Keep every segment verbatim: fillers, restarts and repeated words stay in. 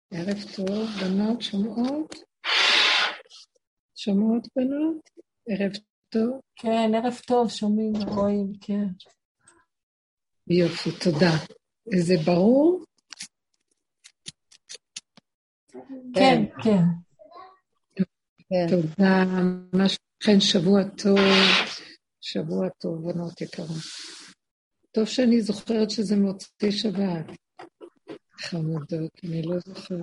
ערב טוב, בנות, שומעות? שומעות בנות? ערב טוב? כן, ערב טוב, שומעים ורואים, כן. יופי, תודה. זה ברור? כן, כן. תודה, ממש לכן שבוע טוב, שבוע טוב, בנות יקרות. טוב שאני זוכרת שזה מוצאי שבת. חמודות, אני לא זוכרת.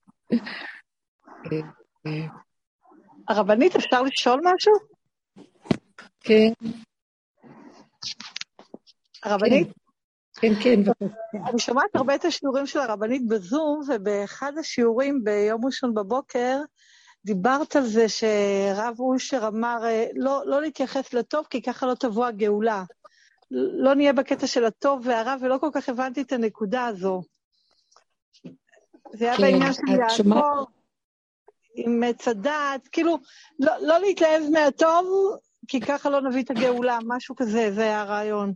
הרבנית, אפשר לשאול משהו? כן. הרבנית? כן, כן. אני שומעת הרבה את השיעורים של הרבנית בזום, ובאחד השיעורים ביום ראשון בבוקר, דיברת על זה שרב אושר אמר, לא, לא להתייחס לטוב, כי ככה לא תבוא הגאולה. לא נהיה בקטע של הטוב והרע, ולא כל כך הבנתי את הנקודה הזו. זה היה בעניין של יעקב, עם צדד, כאילו, לא, לא להתלהב מהטוב, כי ככה לא נביא את הגאולה, משהו כזה, זה היה הרעיון.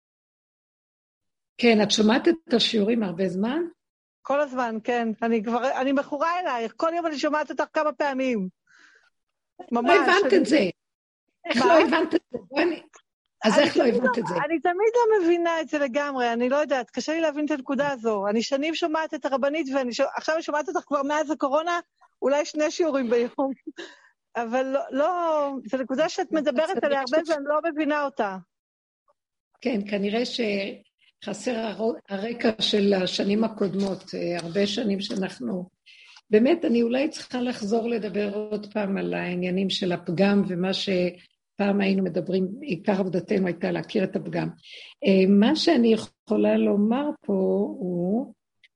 כן, את שומעת את השיעורים הרבה זמן? כל הזמן, כן. אני כבר, אני מכורה אלייך, כל יום אני שומעת אותך כמה פעמים. ממש. לא הבנת אני... את זה. איך לא הבנת את זה? אז איך לא הבנת את זה? אני תמיד לא מבינה את זה לגמרי, אני לא יודעת, קשה לי להבין את הנקודה הזו. אני שנים שומעת את הרבנית, ועכשיו אני שומעת אותך כבר מאז הקורונה, אולי שני שיעורים ביום. אבל לא, לא, זו נקודה שאת מדברת עליה הרבה ואני לא מבינה אותה. כן, כנראה שחסר הרקע של השנים הקודמות, הרבה שנים שאנחנו... באמת, אני אולי צריכה לחזור לדבר עוד פעם על העניינים של הפגם, ומה שפעם היינו מדברים, עיקר עבודתנו הייתה להכיר את הפגם. מה שאני יכולה לומר פה הוא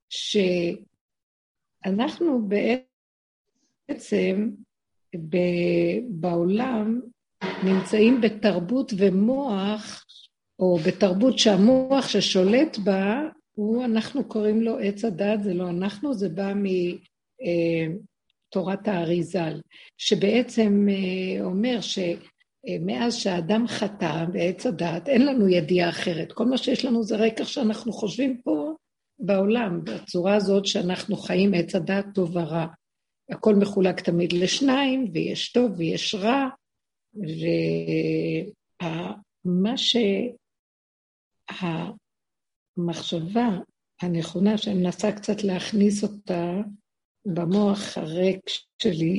שאנחנו בעצם בעולם נמצאים בתרבות ומוח, או בתרבות שהמוח ששולט בה, הוא, אנחנו קוראים לו עץ הדת, זה לא אנחנו, זה בא מתורת האריזל, שבעצם אומר שמאז שהאדם חטא בעץ הדת, אין לנו ידיעה אחרת. כל מה שיש לנו זה רקע שאנחנו חושבים פה בעולם, בצורה הזאת שאנחנו חיים עץ הדת טוב ורע. הכל מחולק תמיד לשניים, ויש טוב ויש רע, ומה שהמחשבה הנכונה, שאני מנסה קצת להכניס אותה במוח הריק שלי,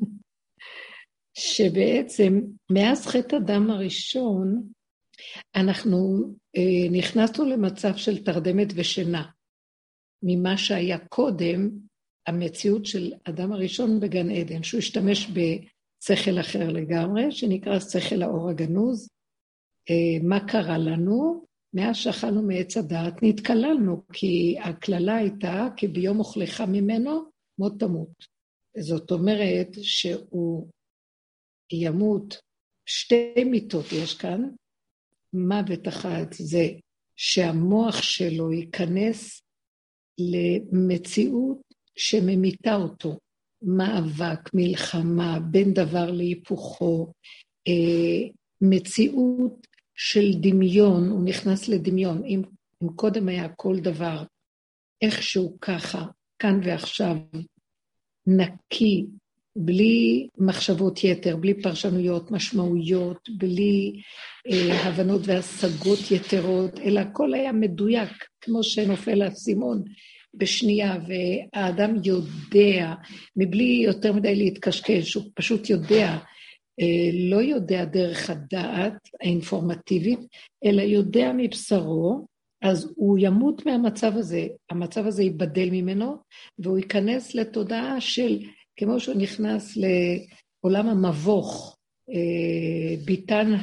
שבעצם מאז חטא אדם הראשון, אנחנו אה, נכנסנו למצב של תרדמת ושינה, ממה שהיה קודם, המציאות של אדם הראשון בגן עדן, שהוא השתמש בשכל אחר לגמרי, שנקרא שכל האור הגנוז. מה קרה לנו? מאז שאכלנו מעץ הדעת נתקללנו, כי הכללה הייתה, כי ביום אוכלך ממנו, מות תמות. זאת אומרת שהוא ימות, שתי מיתות יש כאן, מוות אחת זה שהמוח שלו ייכנס למציאות, שממיתה אותו, מאבק, מלחמה, בין דבר להיפוכו, אה, מציאות של דמיון, הוא נכנס לדמיון, אם, אם קודם היה כל דבר, איכשהו ככה, כאן ועכשיו, נקי, בלי מחשבות יתר, בלי פרשנויות, משמעויות, בלי אה, הבנות והשגות יתרות, אלא הכל היה מדויק, כמו שנופל הסימון, בשנייה, והאדם יודע, מבלי יותר מדי להתקשקש, הוא פשוט יודע, לא יודע דרך הדעת האינפורמטיבית, אלא יודע מבשרו, אז הוא ימות מהמצב הזה, המצב הזה ייבדל ממנו, והוא ייכנס לתודעה של, כמו שהוא נכנס לעולם המבוך, ביטן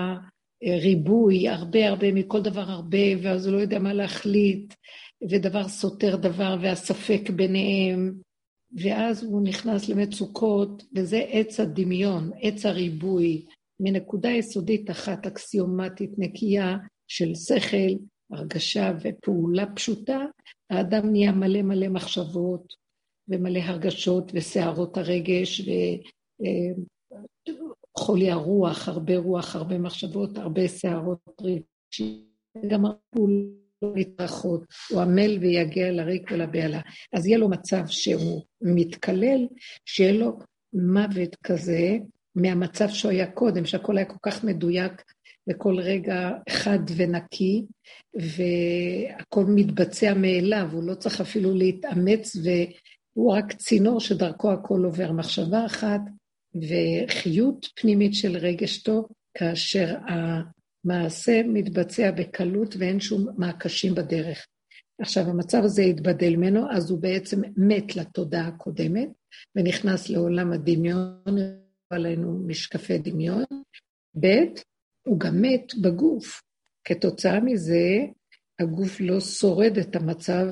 הריבוי, הרבה הרבה מכל דבר הרבה, ואז הוא לא יודע מה להחליט, ודבר סותר דבר והספק ביניהם, ואז הוא נכנס למצוקות, וזה עץ הדמיון, עץ הריבוי, מנקודה יסודית אחת אקסיומטית נקייה של שכל, הרגשה ופעולה פשוטה, האדם נהיה מלא מלא מחשבות, ומלא הרגשות וסערות הרגש, וחולי הרוח, הרבה רוח, הרבה מחשבות, הרבה סערות רגשית, גם הפעולה להתרחות, הוא עמל ויגיע לריק ולבעלה. אז יהיה לו מצב שהוא מתקלל, שיהיה לו מוות כזה, מהמצב שהוא היה קודם, שהכל היה כל כך מדויק, וכל רגע חד ונקי, והכל מתבצע מאליו, הוא לא צריך אפילו להתאמץ, והוא רק צינור שדרכו הכל עובר. מחשבה אחת, וחיות פנימית של רגש טוב, כאשר המעשה מתבצע בקלות, ואין שום מעקשים בדרך. עכשיו, המצב הזה יתבדל ממנו, אז הוא בעצם מת לתודעה הקודמת, ונכנס לעולם הדמיון, עלינו משקפי דמיון. ב' הוא גם מת בגוף. כתוצאה מזה, הגוף לא שורד את המצב,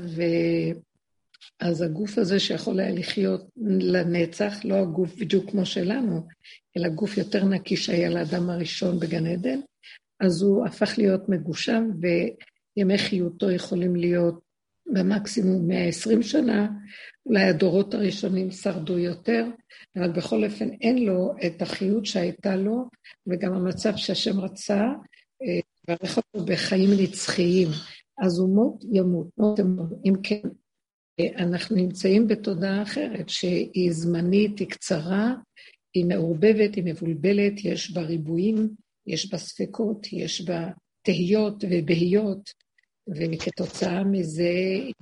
אז הגוף הזה שיכול היה לחיות לנצח, לא הגוף בדיוק כמו שלנו, אלא גוף יותר נקי שהיה לאדם הראשון בגן עדן, אז הוא הפך להיות מגושם, וימי חיותו יכולים להיות במקסימום מאה ועשרים שנה, אולי הדורות הראשונים שרדו יותר, אבל בכל אופן אין לו את החיות שהייתה לו, וגם המצב שהשם רצה, וערך אותו בחיים נצחיים, אז הוא מות ימות, מות ימות. אם כן, אנחנו נמצאים בתודעה אחרת, שהיא זמנית, היא קצרה, היא מעורבבת, היא מבולבלת, יש בה ריבועים, יש בה ספקות, יש בה תהיות ובהיות, וכתוצאה מזה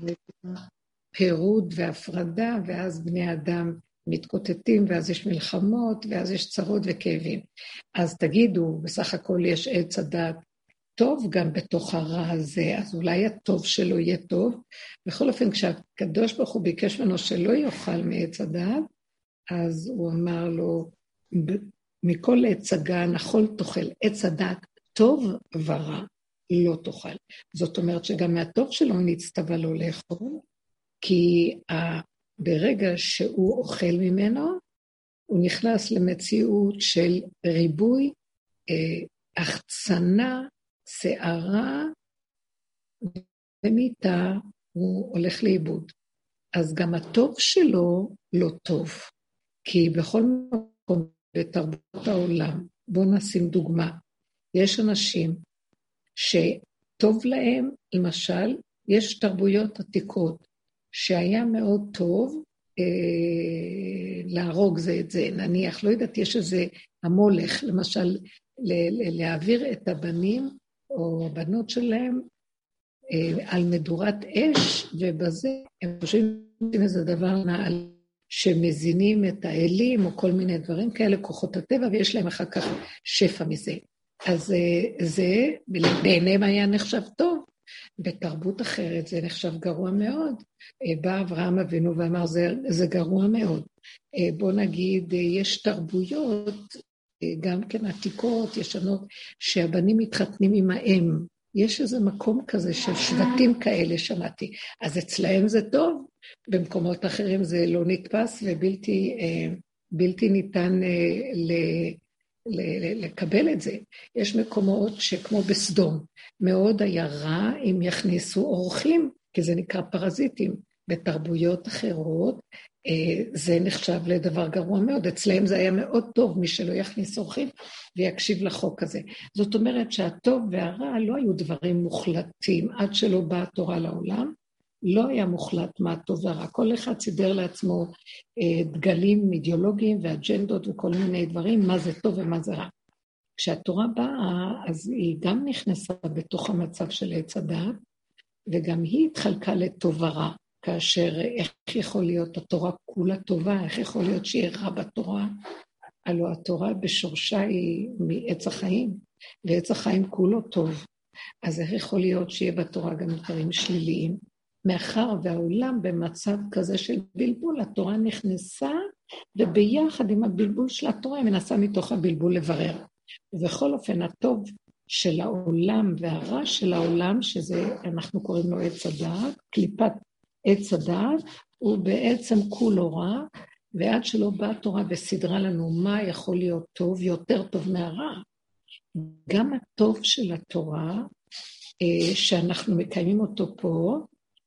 פירוד והפרדה, ואז בני אדם מתקוטטים, ואז יש מלחמות, ואז יש צרות וכאבים. אז תגידו, בסך הכל יש עץ הדת טוב גם בתוך הרע הזה, אז אולי הטוב שלו יהיה טוב. בכל אופן, כשהקדוש ברוך הוא ביקש ממנו שלא יאכל מעץ הדת, אז הוא אמר לו, מכל עץ הגן אכול תאכל, עץ הדת טוב ורע לא תאכל. זאת אומרת שגם מהטוב שלו נצטווה לו לאכול, כי ברגע שהוא אוכל ממנו, הוא נכנס למציאות של ריבוי, החצנה, שערה, ומיטה, הוא הולך לאיבוד. אז גם הטוב שלו לא טוב, כי בכל מקום בתרבות העולם, בואו נשים דוגמה, יש אנשים שטוב להם, למשל, יש תרבויות עתיקות, שהיה מאוד טוב אה, להרוג זה את זה, נניח, לא יודעת, יש איזה המולך, למשל, ל- להעביר את הבנים או הבנות שלהם אה, על מדורת אש, ובזה הם חושבים שזה דבר נעל, שמזינים את האלים או כל מיני דברים כאלה, כוחות הטבע, ויש להם אחר כך שפע מזה. אז אה, זה בעיניהם היה נחשב טוב, בתרבות אחרת זה נחשב גרוע מאוד. בא אברהם אבינו ואמר, זה, זה גרוע מאוד. בוא נגיד, יש תרבויות, גם כן עתיקות, ישנות, שהבנים מתחתנים עם האם. יש איזה מקום כזה של שבטים כאלה, שמעתי. אז אצלהם זה טוב, במקומות אחרים זה לא נתפס, ובלתי בלתי ניתן ל... לקבל את זה. יש מקומות שכמו בסדום, מאוד היה רע אם יכניסו אורחים, כי זה נקרא פרזיטים. בתרבויות אחרות, זה נחשב לדבר גרוע מאוד. אצלהם זה היה מאוד טוב, מי שלא יכניס אורחים ויקשיב לחוק הזה. זאת אומרת שהטוב והרע לא היו דברים מוחלטים, עד שלא באה התורה לעולם, לא היה מוחלט מה טוב והרע. כל אחד סידר לעצמו דגלים אידיאולוגיים ואג'נדות וכל מיני דברים, מה זה טוב ומה זה רע. כשהתורה באה, אז היא גם נכנסה בתוך המצב של עץ הדעת, וגם היא התחלקה לטוב ורע, כאשר איך יכול להיות התורה כולה טובה, איך יכול להיות שהיא רע בתורה, הלוא התורה בשורשה היא מעץ החיים, ועץ החיים כולו טוב. אז איך יכול להיות שיהיה בתורה גם דברים שליליים? מאחר והעולם במצב כזה של בלבול, התורה נכנסה, וביחד עם הבלבול של התורה, היא מנסה מתוך הבלבול לברר. ובכל אופן, הטוב של העולם והרע של העולם, שזה אנחנו קוראים לו עץ הדעת, קליפת עץ הדעת, הוא בעצם כולו רע, ועד שלא באה התורה וסדרה לנו מה יכול להיות טוב, יותר טוב מהרע. גם הטוב של התורה, שאנחנו מקיימים אותו פה,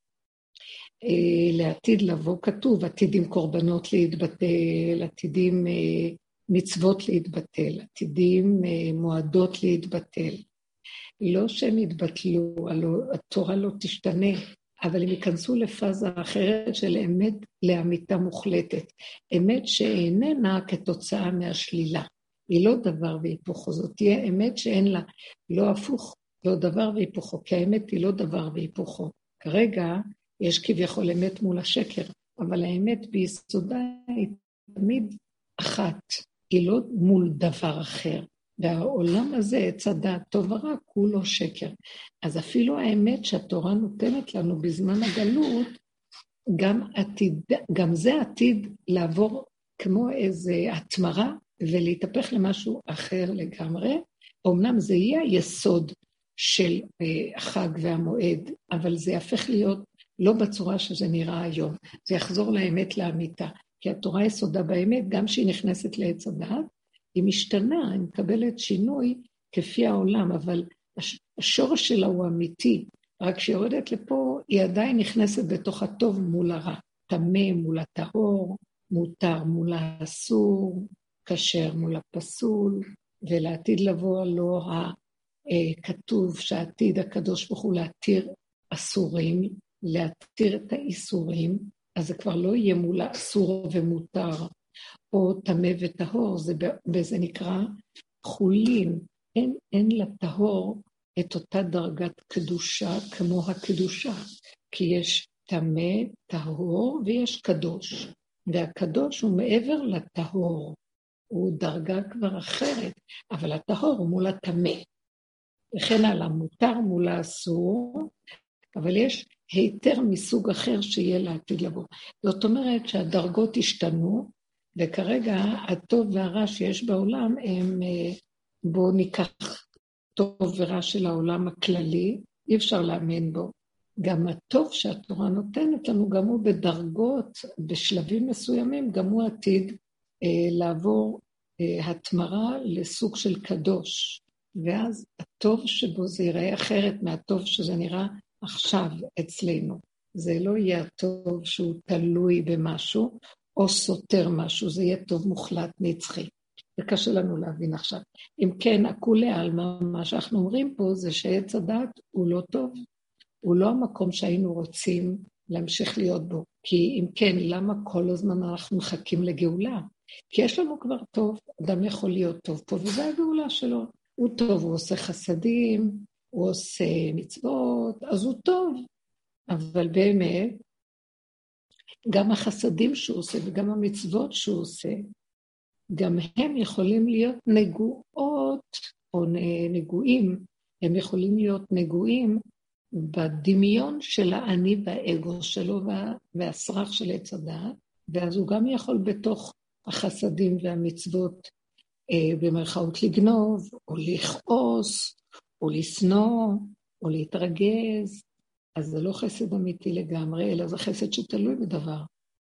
לעתיד לבוא כתוב, עתידים קורבנות להתבטל, עתידים מצוות להתבטל, עתידים מועדות להתבטל. לא שהם יתבטלו, התורה לא תשתנה, אבל הם ייכנסו לפאזה אחרת של אמת לאמיתה מוחלטת. אמת שאיננה כתוצאה מהשלילה. היא לא דבר והיפוכו, זאת תהיה אמת שאין לה, לא הפוך, לא דבר והיפוכו, כי האמת היא לא דבר והיפוכו. כרגע יש כביכול אמת מול השקר, אבל האמת ביסודה היא תמיד אחת, היא לא מול דבר אחר. והעולם הזה, צדה, טוב ורע, כולו שקר. אז אפילו האמת שהתורה נותנת לנו בזמן הגלות, גם, עתיד, גם זה עתיד לעבור כמו איזו התמרה, ולהתהפך למשהו אחר לגמרי. אמנם זה יהיה היסוד של החג והמועד, אבל זה יהפך להיות לא בצורה שזה נראה היום. זה יחזור לאמת לאמיתה, כי התורה יסודה באמת, גם שהיא נכנסת לעץ הדעת, היא משתנה, היא מקבלת שינוי כפי העולם, אבל השורש שלה הוא אמיתי, רק כשיורדת לפה, היא עדיין נכנסת בתוך הטוב מול הרע, תמה מול הטהור, מותר מול האסור, כשר מול הפסול, ולעתיד לבוא לא הכתוב שהעתיד הקדוש ברוך הוא להתיר אסורים, להתיר את האיסורים, אז זה כבר לא יהיה מול האסור ומותר, או תמה וטהור, זה, וזה נקרא חולין, אין, אין לטהור את אותה דרגת קדושה כמו הקדושה, כי יש תמה, טהור ויש קדוש, והקדוש הוא מעבר לטהור, הוא דרגה כבר אחרת, אבל הטהור הוא מול התמה, וכן על המותר מול האסור, אבל יש היתר מסוג אחר שיהיה לעתיד לבוא. זאת אומרת שהדרגות השתנו, וכרגע הטוב והרע שיש בעולם הם, בואו ניקח טוב ורע של העולם הכללי, אי אפשר להאמין בו. גם הטוב שהתורה נותנת לנו, גם הוא בדרגות, בשלבים מסוימים, גם הוא עתיד אה, לעבור אה, התמרה לסוג של קדוש. ואז הטוב שבו זה ייראה אחרת מהטוב שזה נראה עכשיו אצלנו. זה לא יהיה הטוב שהוא תלוי במשהו, או סותר משהו, זה יהיה טוב מוחלט נצחי. זה קשה לנו להבין עכשיו. אם כן, הכולי עלמא, מה שאנחנו אומרים פה זה שעץ הדעת הוא לא טוב, הוא לא המקום שהיינו רוצים להמשיך להיות בו. כי אם כן, למה כל הזמן אנחנו מחכים לגאולה? כי יש לנו כבר טוב, אדם יכול להיות טוב פה, וזו הגאולה שלו. הוא טוב, הוא עושה חסדים, הוא עושה מצוות, אז הוא טוב. אבל באמת, גם החסדים שהוא עושה וגם המצוות שהוא עושה, גם הם יכולים להיות נגועות או נגועים, הם יכולים להיות נגועים בדמיון של האני והאגו שלו והסרח של עץ הדעת, ואז הוא גם יכול בתוך החסדים והמצוות במרכאות לגנוב, או לכעוס, או לשנוא, או להתרגז, אז זה לא חסד אמיתי לגמרי, אלא זה חסד שתלוי בדבר.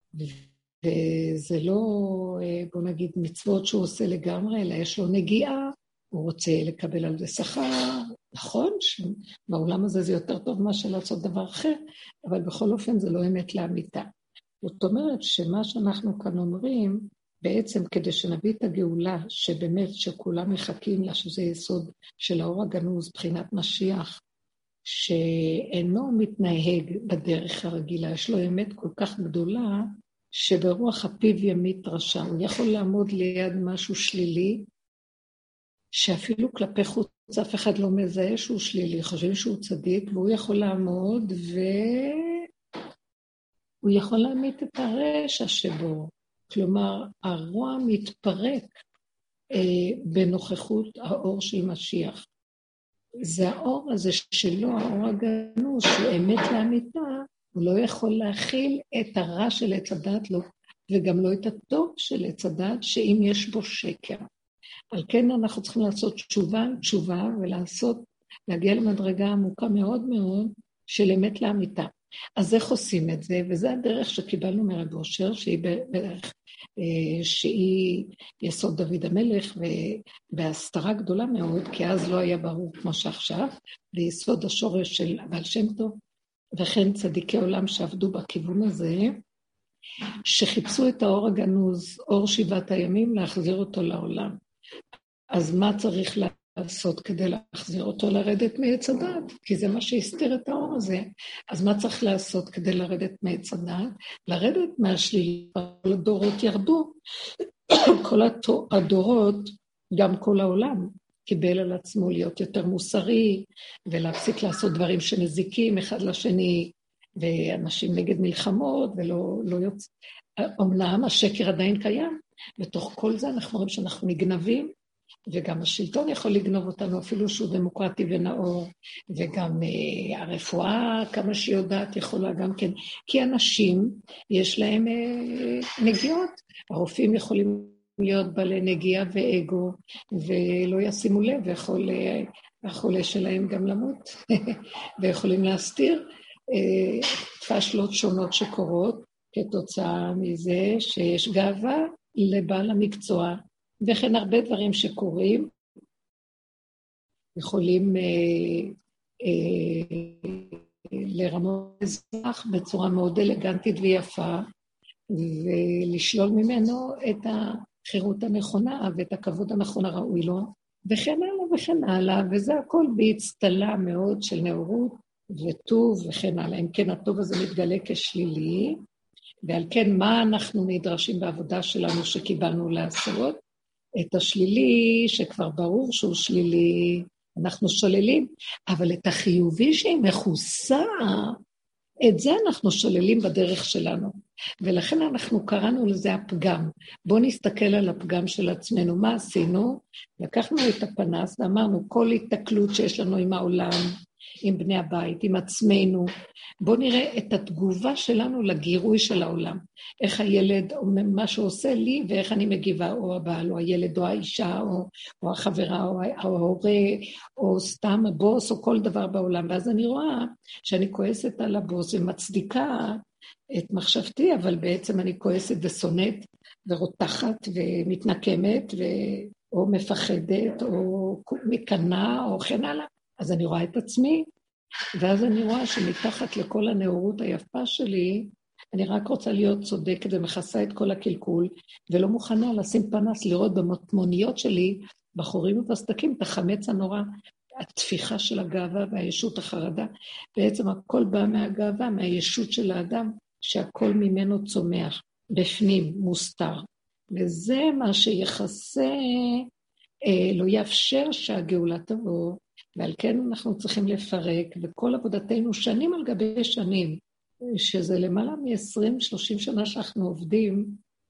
וזה לא, בוא נגיד, מצוות שהוא עושה לגמרי, אלא יש לו נגיעה, הוא רוצה לקבל על זה שכר, נכון, שבעולם הזה זה יותר טוב מה של לעשות דבר אחר, אבל בכל אופן זה לא אמת לאמיתה. זאת אומרת שמה שאנחנו כאן אומרים, בעצם כדי שנביא את הגאולה, שבאמת שכולם מחכים לה, שזה יסוד של האור הגנוז, בחינת משיח, שאינו מתנהג בדרך הרגילה, יש לו אמת כל כך גדולה, שברוח הפיו ימית רשע, הוא יכול לעמוד ליד משהו שלילי, שאפילו כלפי חוץ אף אחד לא מזהה שהוא שלילי, חושבים שהוא צדיק, והוא יכול לעמוד, והוא יכול להמית את הרשע שבו, כלומר, הרוע מתפרק אה, בנוכחות האור של משיח. זה האור הזה שלו, האור הגנוז, שהוא אמת לאמיתה, הוא לא יכול להכיל את הרע של עץ הדעת, לא, וגם לא את הטוב של עץ הדעת, שאם יש בו שקר. על כן אנחנו צריכים לעשות תשובה, תשובה, ולעשות, להגיע למדרגה עמוקה מאוד מאוד, של אמת לאמיתה. אז איך עושים את זה? וזה הדרך שקיבלנו מרב אושר, שהיא בערך, שהיא יסוד דוד המלך, ובהסתרה גדולה מאוד, כי אז לא היה ברור כמו שעכשיו, ויסוד השורש של בעל שם טוב, וכן צדיקי עולם שעבדו בכיוון הזה, שחיפשו את האור הגנוז, אור שבעת הימים, להחזיר אותו לעולם. אז מה צריך לעשות כדי להחזיר אותו לרדת מעץ הדעת? כי זה מה שהסתיר את האור הזה. אז מה צריך לעשות כדי לרדת מעץ הדעת? לרדת מהשלילה, כל הדורות ירדו. כל הדורות, גם כל העולם, קיבל על עצמו להיות יותר מוסרי, ולהפסיק לעשות דברים שמזיקים אחד לשני, ואנשים נגד מלחמות, ולא לא יוצא. אמנם השקר עדיין קיים, בתוך כל זה אנחנו רואים שאנחנו נגנבים, וגם השלטון יכול לגנוב אותנו, אפילו שהוא דמוקרטי ונאור, וגם uh, הרפואה, כמה שהיא יודעת, יכולה גם כן, כי אנשים, יש להם uh, נגיעות, הרופאים יכולים להיות בעלי נגיעה ואגו, ולא ישימו לב, ויכול, uh, החולה שלהם גם למות, ויכולים להסתיר uh, פשלות שונות שקורות, כתוצאה מזה שיש גאווה לבעל המקצוע, וכן הרבה דברים שקורים, יכולים אה, אה, לרמות אזרח בצורה מאוד אלגנטית ויפה, ולשלול ממנו את החירות הנכונה ואת הכבוד הנכון הראוי לו, וכן הלאה וכן הלאה, וזה הכל בהצטלה מאוד של נאורות וטוב וכן הלאה. אם כן הטוב הזה מתגלה כשלילי, ועל כן מה אנחנו נדרשים בעבודה שלנו שקיבלנו לעשות? את השלילי, שכבר ברור שהוא שלילי, אנחנו שוללים, אבל את החיובי שהיא מכוסה, את זה אנחנו שוללים בדרך שלנו. ולכן אנחנו קראנו לזה הפגם. בואו נסתכל על הפגם של עצמנו. מה עשינו? לקחנו את הפנס ואמרנו, כל התקלות שיש לנו עם העולם, עם בני הבית, עם עצמנו, בואו נראה את התגובה שלנו לגירוי של העולם. איך הילד, או מה שעושה לי, ואיך אני מגיבה, או הבעל, או הילד, או האישה, או, או החברה, או ההורה, או סתם הבוס, או כל דבר בעולם. ואז אני רואה שאני כועסת על הבוס, ומצדיקה את מחשבתי, אבל בעצם אני כועסת ושונאת, ורותחת, ומתנקמת, ו... או מפחדת, או מקנה, או כן הלאה. אז אני רואה את עצמי, ואז אני רואה שמתחת לכל הנאורות היפה שלי, אני רק רוצה להיות צודקת ומכסה את כל הקלקול, ולא מוכנה לשים פנס לראות במטמוניות שלי, בחורים ובסדקים, את החמץ הנורא, התפיחה של הגאווה והישות החרדה. בעצם הכל בא מהגאווה, מהישות של האדם, שהכל ממנו צומח, בפנים, מוסתר. וזה מה שיחסה, אה, לא יאפשר שהגאולה תבוא, ועל כן אנחנו צריכים לפרק, וכל עבודתנו שנים על גבי שנים, שזה למעלה מ-עשרים שלושים שנה שאנחנו עובדים,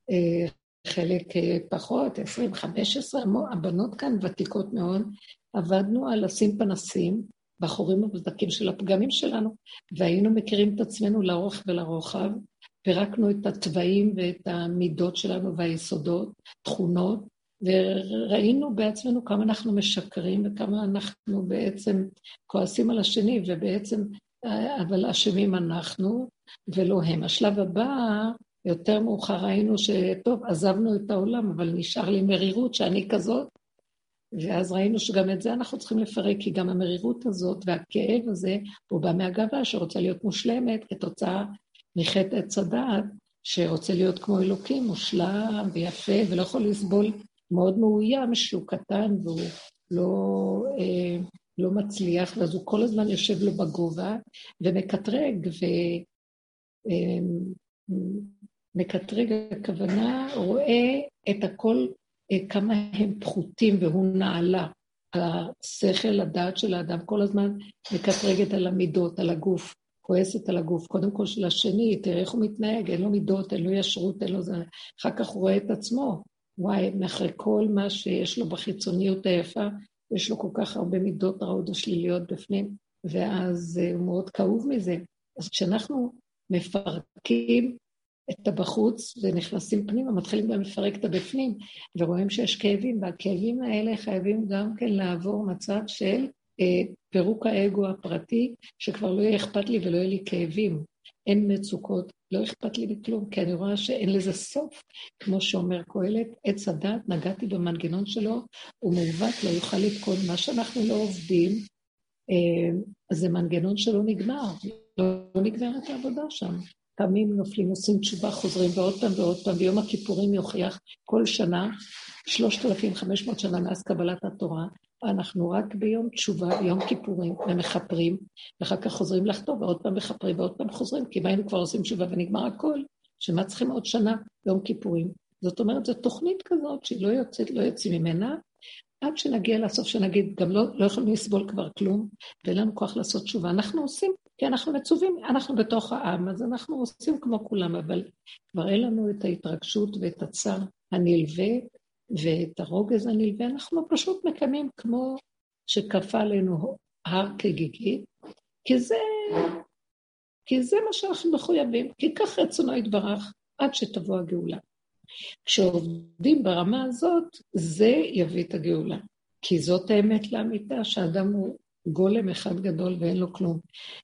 חלק פחות, עשרים חמש עשרה, הבנות כאן ותיקות מאוד, עבדנו על לשים פנסים, בחורים ובסדקים של הפגמים שלנו, והיינו מכירים את עצמנו לאורך ולרוחב, פירקנו את הטבעים ואת המידות שלנו והיסודות, תכונות, וראינו בעצמנו כמה אנחנו משקרים וכמה אנחנו בעצם כועסים על השני, ובעצם, אבל אשמים אנחנו ולא הם. השלב הבא, יותר מאוחר ראינו שטוב, עזבנו את העולם, אבל נשאר לי מרירות שאני כזאת, ואז ראינו שגם את זה אנחנו צריכים לפרק, כי גם המרירות הזאת והכאב הזה, הוא בא מהגאווה שרוצה להיות מושלמת, כתוצאה מחטא עץ הדעת, שרוצה להיות כמו אלוקים, מושלם ויפה, ולא יכול לסבול מאוד מאוים שהוא קטן, והוא לא, אה, לא מצליח, ואז הוא כל הזמן יושב לו בגובה, ומקטרג, ומקטרג הכוונה, רואה את הכל, כמה הם פחותים, והוא נעלה. השכל, הדעת של האדם, כל הזמן מקטרגת על המידות, על הגוף, כועסת על הגוף, קודם כל של השני, תראה איך הוא מתנהג, אין לו מידות, אין לו ישרות, אין לו זה, אחר כך הוא רואה את עצמו, וואי, מאחרי כל מה שיש לו בחיצוניות היפה, יש לו כל כך הרבה מידות רעות ושליליות בפנים, ואז הוא מאוד כאוב מזה. אז כשאנחנו מפרקים את הבחוץ ונכנסים פנימה, מתחילים גם לפרק את הבפנים, ורואים שיש כאבים, והכאבים האלה חייבים גם כן לעבור מצב של אה, פירוק האגו הפרטי, שכבר לא יהיה אכפת לי ולא יהיה לי כאבים. אין מצוקות, לא אכפת לי בכלום, כי אני רואה שאין לזה סוף, כמו שאומר קהלת, עץ הדת, נגעתי במנגנון שלו, הוא מעוות, לא יוכל לתקון, מה שאנחנו לא עובדים, אז זה מנגנון שלא נגמר, לא, לא נגמרת העבודה שם. פעמים נופלים, עושים תשובה, חוזרים ועוד פעם ועוד פעם, ביום הכיפורים יוכיח כל שנה, שלושת אלפים וחמש מאות שנה מאז קבלת התורה, אנחנו רק ביום תשובה, ביום כיפורים, ומחפרים, ואחר כך חוזרים לחטוא, ועוד פעם מחפרים, ועוד פעם חוזרים, כי אם היינו כבר עושים תשובה ונגמר הכל, שמה צריכים עוד שנה ביום כיפורים? זאת אומרת, זו תוכנית כזאת שהיא לא יוצאת, לא יוצאים ממנה, עד שנגיע לסוף שנגיד, גם לא, לא יכולים לסבול כבר כלום, ואין לנו כוח לעשות תשובה. אנחנו עושים, כי אנחנו מצווים, אנחנו בתוך העם, אז אנחנו עושים כמו כולם, אבל כבר אין לנו את ההתרגשות ואת הצער הנלווה, ואת הרוגז הנלווה, אנחנו פשוט מקיימים כמו שכפה עלינו הר כגיגית, כי זה, כי זה מה שאנחנו מחויבים, כי כך רצונו יתברך, עד שתבוא הגאולה. כשעובדים ברמה הזאת, זה יביא את הגאולה. כי זאת האמת לאמיתה, שהאדם הוא גולם אחד גדול ואין לו כלום.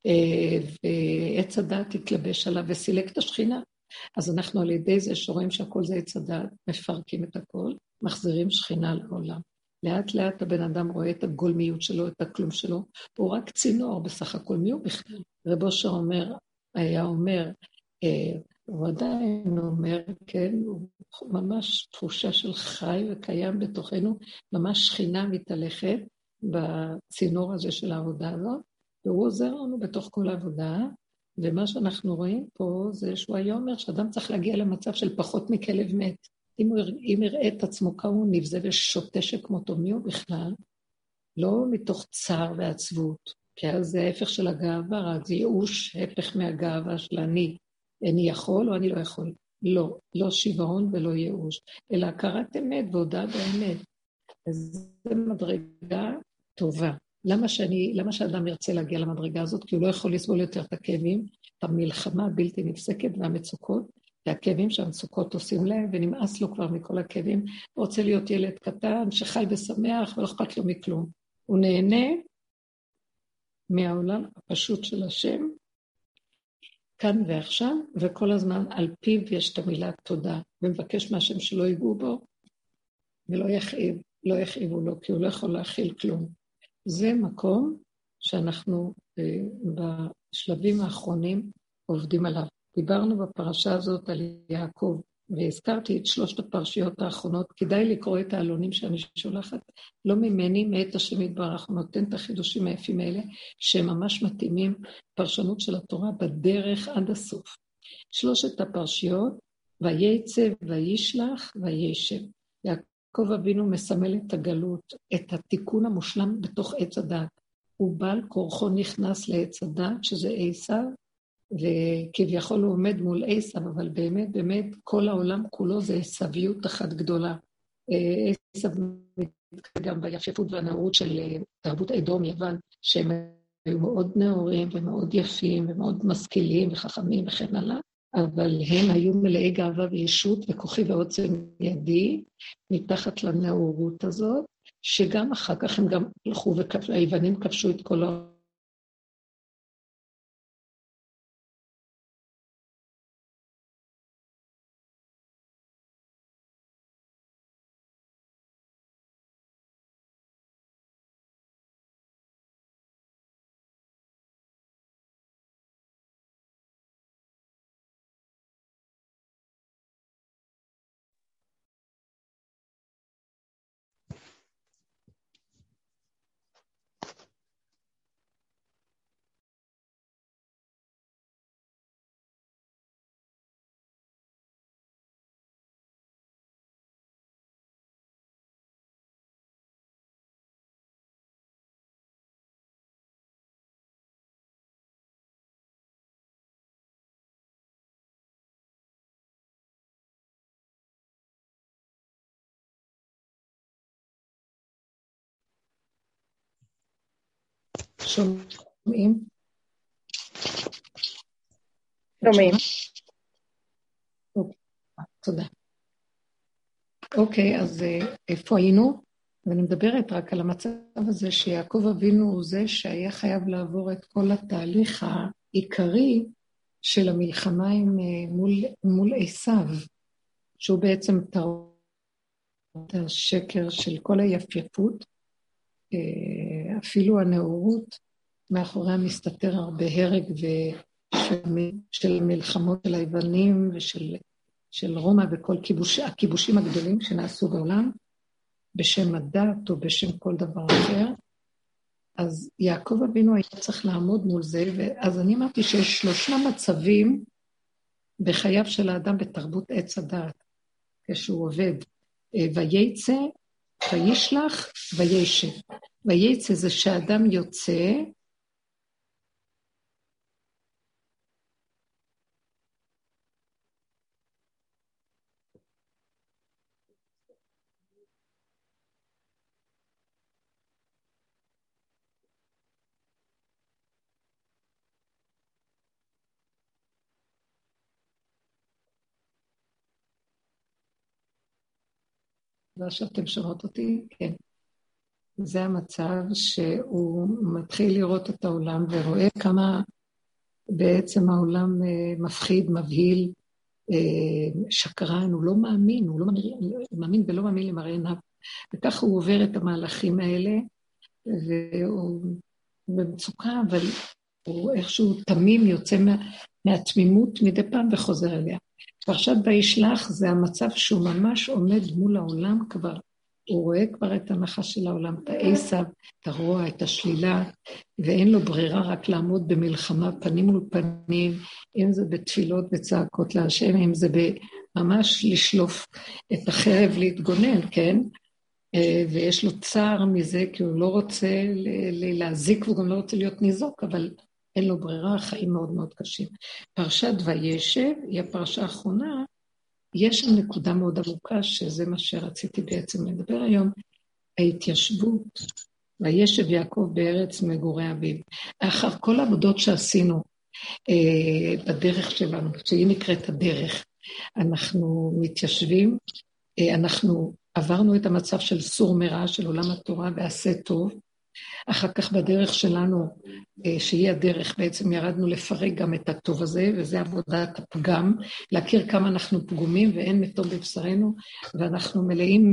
ועץ הדעת התלבש עליו וסילק את השכינה. אז אנחנו על ידי זה שרואים שהכל זה עץ הדעת, מפרקים את הכל, מחזירים שכינה לעולם. לאט לאט הבן אדם רואה את הגולמיות שלו, את הכלום שלו, הוא רק צינור בסך הכל, מי הוא בכלל? רב אושר אומר, היה אומר, הוא עדיין אומר, כן, הוא ממש תחושה של חי וקיים בתוכנו, ממש שכינה מתהלכת בצינור הזה של העבודה הזאת, והוא עוזר לנו בתוך כל העבודה, ומה שאנחנו רואים פה זה שהוא היה אומר שאדם צריך להגיע למצב של פחות מכלב מת. אם הוא אם יראה את עצמו כמה נבזה ושוטה שכמותו, מי הוא בכלל? לא מתוך צער ועצבות, כי אז זה ההפך של הגאווה, רק זה ייאוש, ההפך מהגאווה של אני. אני יכול או אני לא יכול. לא, לא שברון ולא ייאוש, אלא הכרת אמת והודעה באמת. אז זו מדרגה טובה. למה שאני, למה שאדם ירצה להגיע למדרגה הזאת? כי הוא לא יכול לסבול יותר את הכאבים, את המלחמה הבלתי נפסקת והמצוקות, והכאבים שהמצוקות עושים להם, ונמאס לו כבר מכל הכאבים, הוא רוצה להיות ילד קטן שחי ושמח ולא אכפת לו מכלום. הוא נהנה מהעולם הפשוט של השם, כאן ועכשיו, וכל הזמן על פיו יש את המילה תודה, ומבקש מהשם שלא ייגעו בו, ולא יכאיב, לא יכאיבו לו, כי הוא לא יכול להכיל כלום. זה מקום שאנחנו אה, בשלבים האחרונים עובדים עליו. דיברנו בפרשה הזאת על יעקב, והזכרתי את שלושת הפרשיות האחרונות, כדאי לקרוא את העלונים שאני שולחת, לא ממני, מאת השם יתברך, הוא נותן את החידושים היפים האלה, שהם ממש מתאימים פרשנות של התורה בדרך עד הסוף. שלושת הפרשיות, וייצב, וישלח, ויישב. יעקב אבינו מסמל את הגלות, את התיקון המושלם בתוך עץ הדת. הוא בעל כורחו נכנס לעץ הדת, שזה עשיו, וכביכול הוא עומד מול עשיו, אבל באמת, באמת, כל העולם כולו זה עשיוויות אחת גדולה. עשיו גם ביפייפות והנאורות של תרבות אדום יוון, שהם היו מאוד נאורים ומאוד יפים ומאוד משכילים וחכמים וכן הלאה, אבל הם היו מלאי גאווה וישות וכוחי ועוצם ידי, מתחת לנאורות הזאת, שגם אחר כך הם גם הלכו והיוונים כבשו את כל ה... שומעים? שומעים. תודה. אוקיי, אז איפה היינו? ואני מדברת רק על המצב הזה שיעקב אבינו הוא זה שהיה חייב לעבור את כל התהליך העיקרי של המלחמה עם, מול, מול עשיו, שהוא בעצם תרבות השקר של כל היפייפות, אפילו הנאורות, מאחוריה מסתתר הרבה הרג ושל מלחמות של היוונים ושל של רומא וכל כיבוש, הכיבושים הגדולים שנעשו בעולם, בשם הדת או בשם כל דבר אחר. אז יעקב אבינו היה צריך לעמוד מול זה, ואז אני אמרתי שיש שלושה מצבים בחייו של האדם בתרבות עץ הדעת, כשהוא עובד. וייצא, וישלח, וישב. וייצא זה שהאדם יוצא, ועכשיו אתם שומעות אותי? כן. זה המצב שהוא מתחיל לראות את העולם ורואה כמה בעצם העולם מפחיד, מבהיל, שקרן, הוא לא מאמין, הוא לא מאמין ולא מאמין למראה עיניו. וכך הוא עובר את המהלכים האלה, והוא במצוקה, אבל הוא איכשהו תמים יוצא מה, מהתמימות מדי פעם וחוזר אליה. ועכשיו בישלח זה המצב שהוא ממש עומד מול העולם כבר, הוא רואה כבר את הנחש של העולם, את העשב, את הרוע, את השלילה, ואין לו ברירה רק לעמוד במלחמה פנים מול פנים, אם זה בתפילות וצעקות להשם, אם זה ממש לשלוף את החרב להתגונן, כן? ויש לו צער מזה, כי הוא לא רוצה להזיק, והוא גם לא רוצה להיות ניזוק, אבל אין לו ברירה, חיים מאוד מאוד קשים. פרשת וישב, היא הפרשה האחרונה, יש שם נקודה מאוד עמוקה, שזה מה שרציתי בעצם לדבר היום, ההתיישבות, וישב יעקב בארץ מגורי אביו. אחר כל העבודות שעשינו אה, בדרך שלנו, שהיא נקראת הדרך, אנחנו מתיישבים, אה, אנחנו עברנו את המצב של סור מרע, של עולם התורה ועשה טוב, אחר כך בדרך שלנו, שהיא הדרך, בעצם ירדנו לפרק גם את הטוב הזה, וזה עבודת הפגם, להכיר כמה אנחנו פגומים ואין מתום בבשרנו, ואנחנו מלאים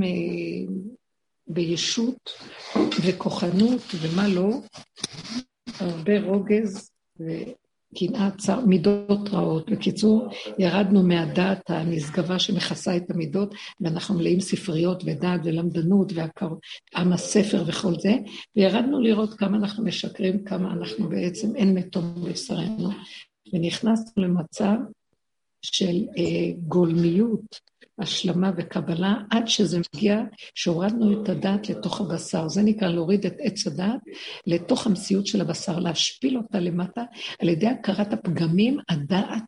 בישות וכוחנות ומה לא, הרבה רוגז וקנאה צער, מידות רעות. בקיצור, ירדנו מהדעת הנשגבה שמכסה את המידות, ואנחנו מלאים ספריות ודעת ולמדנות ועם הספר וכל זה, וירדנו לראות כמה אנחנו משקרים, כמה אנחנו בעצם אין מתום בבשרנו, ונכנסנו למצב של אה, גולמיות, השלמה וקבלה, עד שזה מגיע שהורדנו את הדעת לתוך הבשר. זה נקרא להוריד את עץ הדעת לתוך המציאות של הבשר, להשפיל אותה למטה, על ידי הכרת הפגמים, הדעת.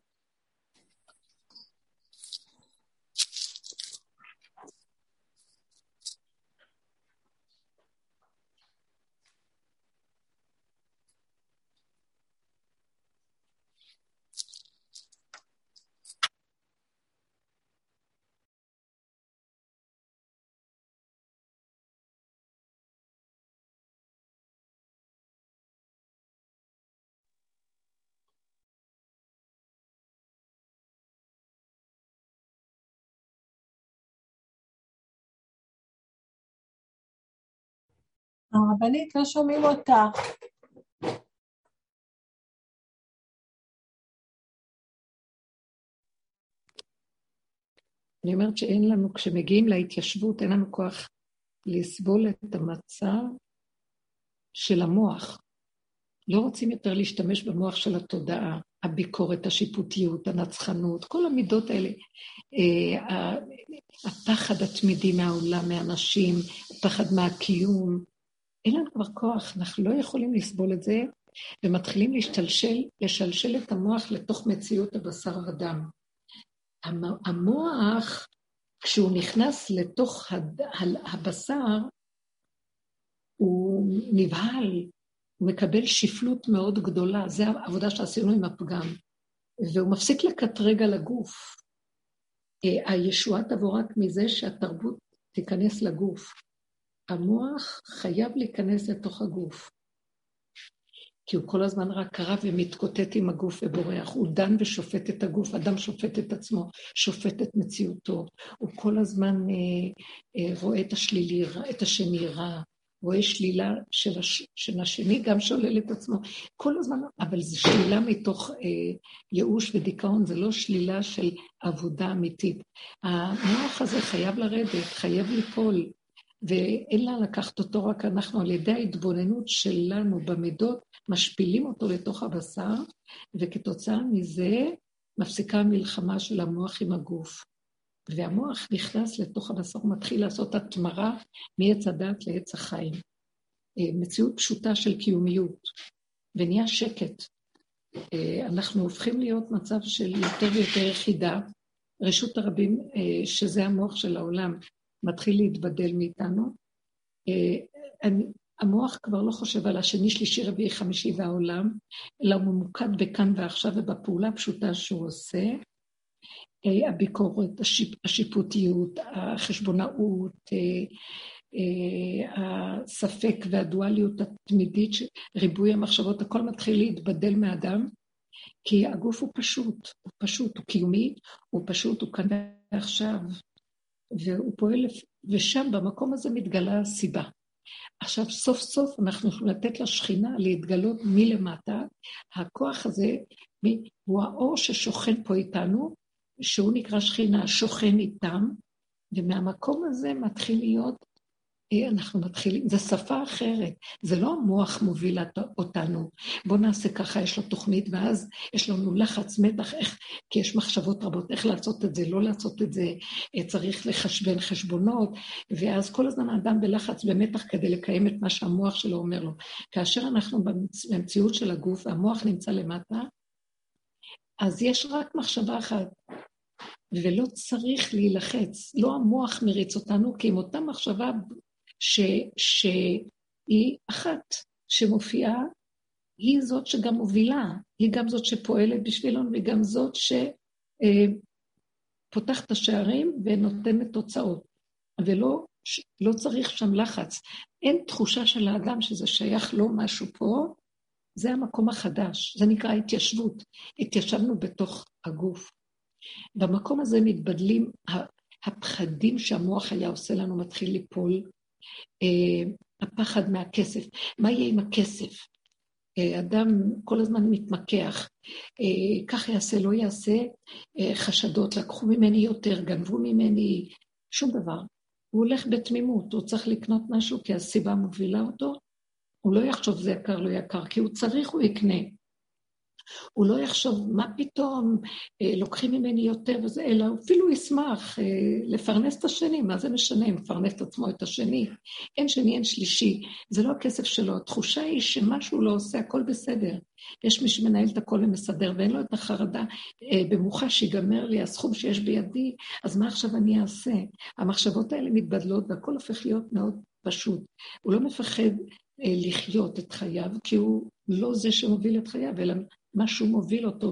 הרבנית, לא שומעים אותך. אני אומרת שאין לנו, כשמגיעים להתיישבות, אין לנו כוח לסבול את המצב של המוח. לא רוצים יותר להשתמש במוח של התודעה, הביקורת, השיפוטיות, הנצחנות, כל המידות האלה. הפחד התמידי מהעולם, מהאנשים, הפחד מהקיום. אין לנו כבר כוח, אנחנו לא יכולים לסבול את זה, ומתחילים להשתלשל, לשלשל את המוח לתוך מציאות הבשר ודם. המוח, כשהוא נכנס לתוך הבשר, הוא נבהל, הוא מקבל שפלות מאוד גדולה, זה העבודה שעשינו עם הפגם, והוא מפסיק לקטרג על הגוף. הישועה תבוא רק מזה שהתרבות תיכנס לגוף. המוח חייב להיכנס לתוך הגוף, כי הוא כל הזמן רק קרא ומתקוטט עם הגוף ובורח, הוא דן ושופט את הגוף, אדם שופט את עצמו, שופט את מציאותו, הוא כל הזמן אה, אה, רואה את השלילי, את השני רע, רואה שלילה של, הש... של השני, גם שולל את עצמו, כל הזמן, אבל זו שלילה מתוך אה, ייאוש ודיכאון, זה לא שלילה של עבודה אמיתית. המוח הזה חייב לרדת, חייב ליפול, ואין לה לקחת אותו, רק אנחנו על ידי ההתבוננות שלנו במדות, משפילים אותו לתוך הבשר, וכתוצאה מזה מפסיקה המלחמה של המוח עם הגוף. והמוח נכנס לתוך הבשר, מתחיל לעשות התמרה מעץ הדת לעץ החיים. מציאות פשוטה של קיומיות, ונהיה שקט. אנחנו הופכים להיות מצב של יותר ויותר יחידה, רשות הרבים, שזה המוח של העולם, מתחיל להתבדל מאיתנו. המוח כבר לא חושב על השני, שלישי, רביעי, חמישי והעולם, אלא הוא ממוקד בכאן ועכשיו ובפעולה הפשוטה שהוא עושה. הביקורת, השיפ, השיפוטיות, החשבונאות, הספק והדואליות התמידית, ריבוי המחשבות, הכל מתחיל להתבדל מאדם, כי הגוף הוא פשוט, הוא פשוט, הוא קיומי, הוא פשוט, הוא כאן ועכשיו, והוא פועל, ושם במקום הזה מתגלה הסיבה. עכשיו סוף סוף אנחנו יכולים לתת לשכינה להתגלות מלמטה, הכוח הזה הוא האור ששוכן פה איתנו, שהוא נקרא שכינה, שוכן איתם, ומהמקום הזה מתחיל להיות, אנחנו מתחילים, זה שפה אחרת, זה לא המוח מוביל אותנו, בוא נעשה ככה, יש לו תוכנית, ואז יש לנו לחץ מתח, איך, כי יש מחשבות רבות, איך לעשות את זה, לא לעשות את זה, צריך לחשבן חשבונות, ואז כל הזמן האדם בלחץ במתח כדי לקיים את מה שהמוח שלו אומר לו. כאשר אנחנו במציאות של הגוף, והמוח נמצא למטה, אז יש רק מחשבה אחת, ולא צריך להילחץ, לא המוח מריץ אותנו, כי עם אותה מחשבה ש, שהיא אחת שמופיעה, היא זאת שגם מובילה, היא גם זאת שפועלת בשבילנו, והיא גם זאת שפותחת את השערים ונותנת תוצאות, ולא לא צריך שם לחץ. אין תחושה של האדם שזה שייך לו משהו פה, זה המקום החדש, זה נקרא התיישבות, התיישבנו בתוך הגוף. במקום הזה מתבדלים הפחדים שהמוח היה עושה לנו מתחיל ליפול, הפחד מהכסף, מה יהיה עם הכסף? אדם כל הזמן מתמקח, כך יעשה, לא יעשה, חשדות, לקחו ממני יותר, גנבו ממני, שום דבר. הוא הולך בתמימות, הוא צריך לקנות משהו כי הסיבה מובילה אותו, הוא לא יחשוב זה יקר, לא יקר, כי הוא צריך, הוא יקנה. הוא לא יחשוב מה פתאום אה, לוקחים ממני יותר וזה, אלא אפילו ישמח אה, לפרנס את השני, מה זה משנה אם לפרנס את עצמו את השני, אין שני, אין שלישי, זה לא הכסף שלו, התחושה היא שמשהו לא עושה, הכל בסדר, יש מי שמנהל את הכל ומסדר, ואין לו את החרדה אה, במוחה שיגמר לי הסכום שיש בידי, אז מה עכשיו אני אעשה? המחשבות האלה מתבדלות והכל הופך להיות מאוד פשוט, הוא לא מפחד אה, לחיות את חייו, כי הוא לא זה שמוביל את חייו, אלא משהו מוביל אותו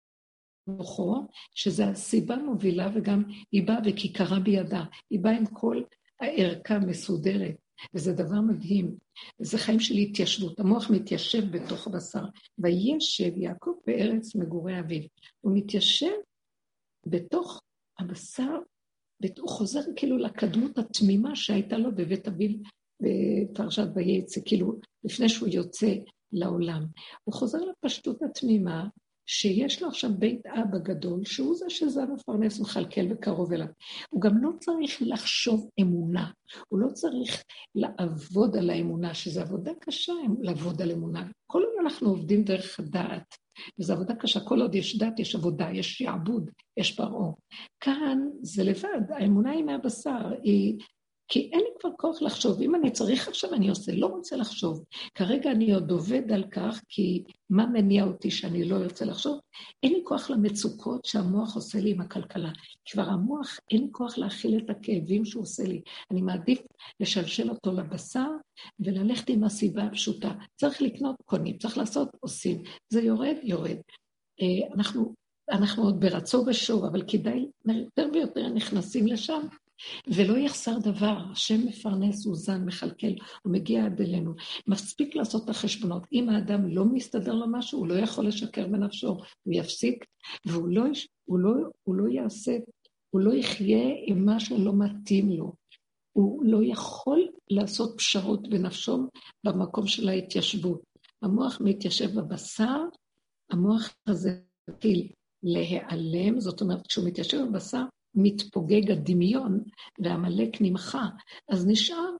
מוחו, שזה הסיבה מובילה, וגם היא באה וכיכרה בידה, היא באה עם כל הערכה מסודרת, וזה דבר מדהים, וזה חיים של התיישבות, המוח מתיישב בתוך הבשר, וישב יעקב בארץ מגורי אביו, הוא מתיישב בתוך הבשר, הוא חוזר כאילו לקדמות התמימה שהייתה לו בבית אביו, בפרשת ויצא, כאילו לפני שהוא יוצא לעולם. הוא חוזר לפשטות התמימה, שיש לו עכשיו בית אבא גדול, שהוא זה שזה מפרנס מחלקל וקרוב אליו. הוא גם לא צריך לחשוב אמונה, הוא לא צריך לעבוד על האמונה, שזו עבודה קשה לעבוד על אמונה. כל עוד אנחנו עובדים דרך הדעת, וזו עבודה קשה, כל עוד יש דת, יש עבודה, יש יעבוד, יש פרעה. כאן זה לבד, האמונה היא מהבשר, היא... כי אין לי כבר כוח לחשוב, אם אני צריך עכשיו אני עושה, לא רוצה לחשוב. כרגע אני עוד עובד על כך, כי מה מניע אותי שאני לא רוצה לחשוב? אין לי כוח למצוקות שהמוח עושה לי עם הכלכלה. כבר המוח, אין לי כוח להכיל את הכאבים שהוא עושה לי. אני מעדיף לשלשל אותו לבשר, וללכת עם הסיבה הפשוטה. צריך לקנות, קונים, צריך לעשות, עושים. זה יורד, יורד. אנחנו, אנחנו עוד ברצו ושוב, אבל כדאי, יותר ויותר נכנסים לשם, ולא יחסר דבר, השם מפרנס, הוא זן, מחלקל, הוא מגיע עד אלינו. מספיק לעשות את החשבונות. אם האדם לא מסתדר לו משהו, הוא לא יכול לשקר בנפשו, הוא יפסיק, והוא לא, הוא לא, הוא לא יעשה, הוא לא יחיה עם מה שלא מתאים לו. הוא לא יכול לעשות פשרות בנפשו במקום של ההתיישבות. המוח מתיישב בבשר, המוח הזה מתחיל להיעלם, זאת אומרת, כשהוא מתיישב בבשר, מתפוגג הדמיון, והמלאק נמחה, אז נשאר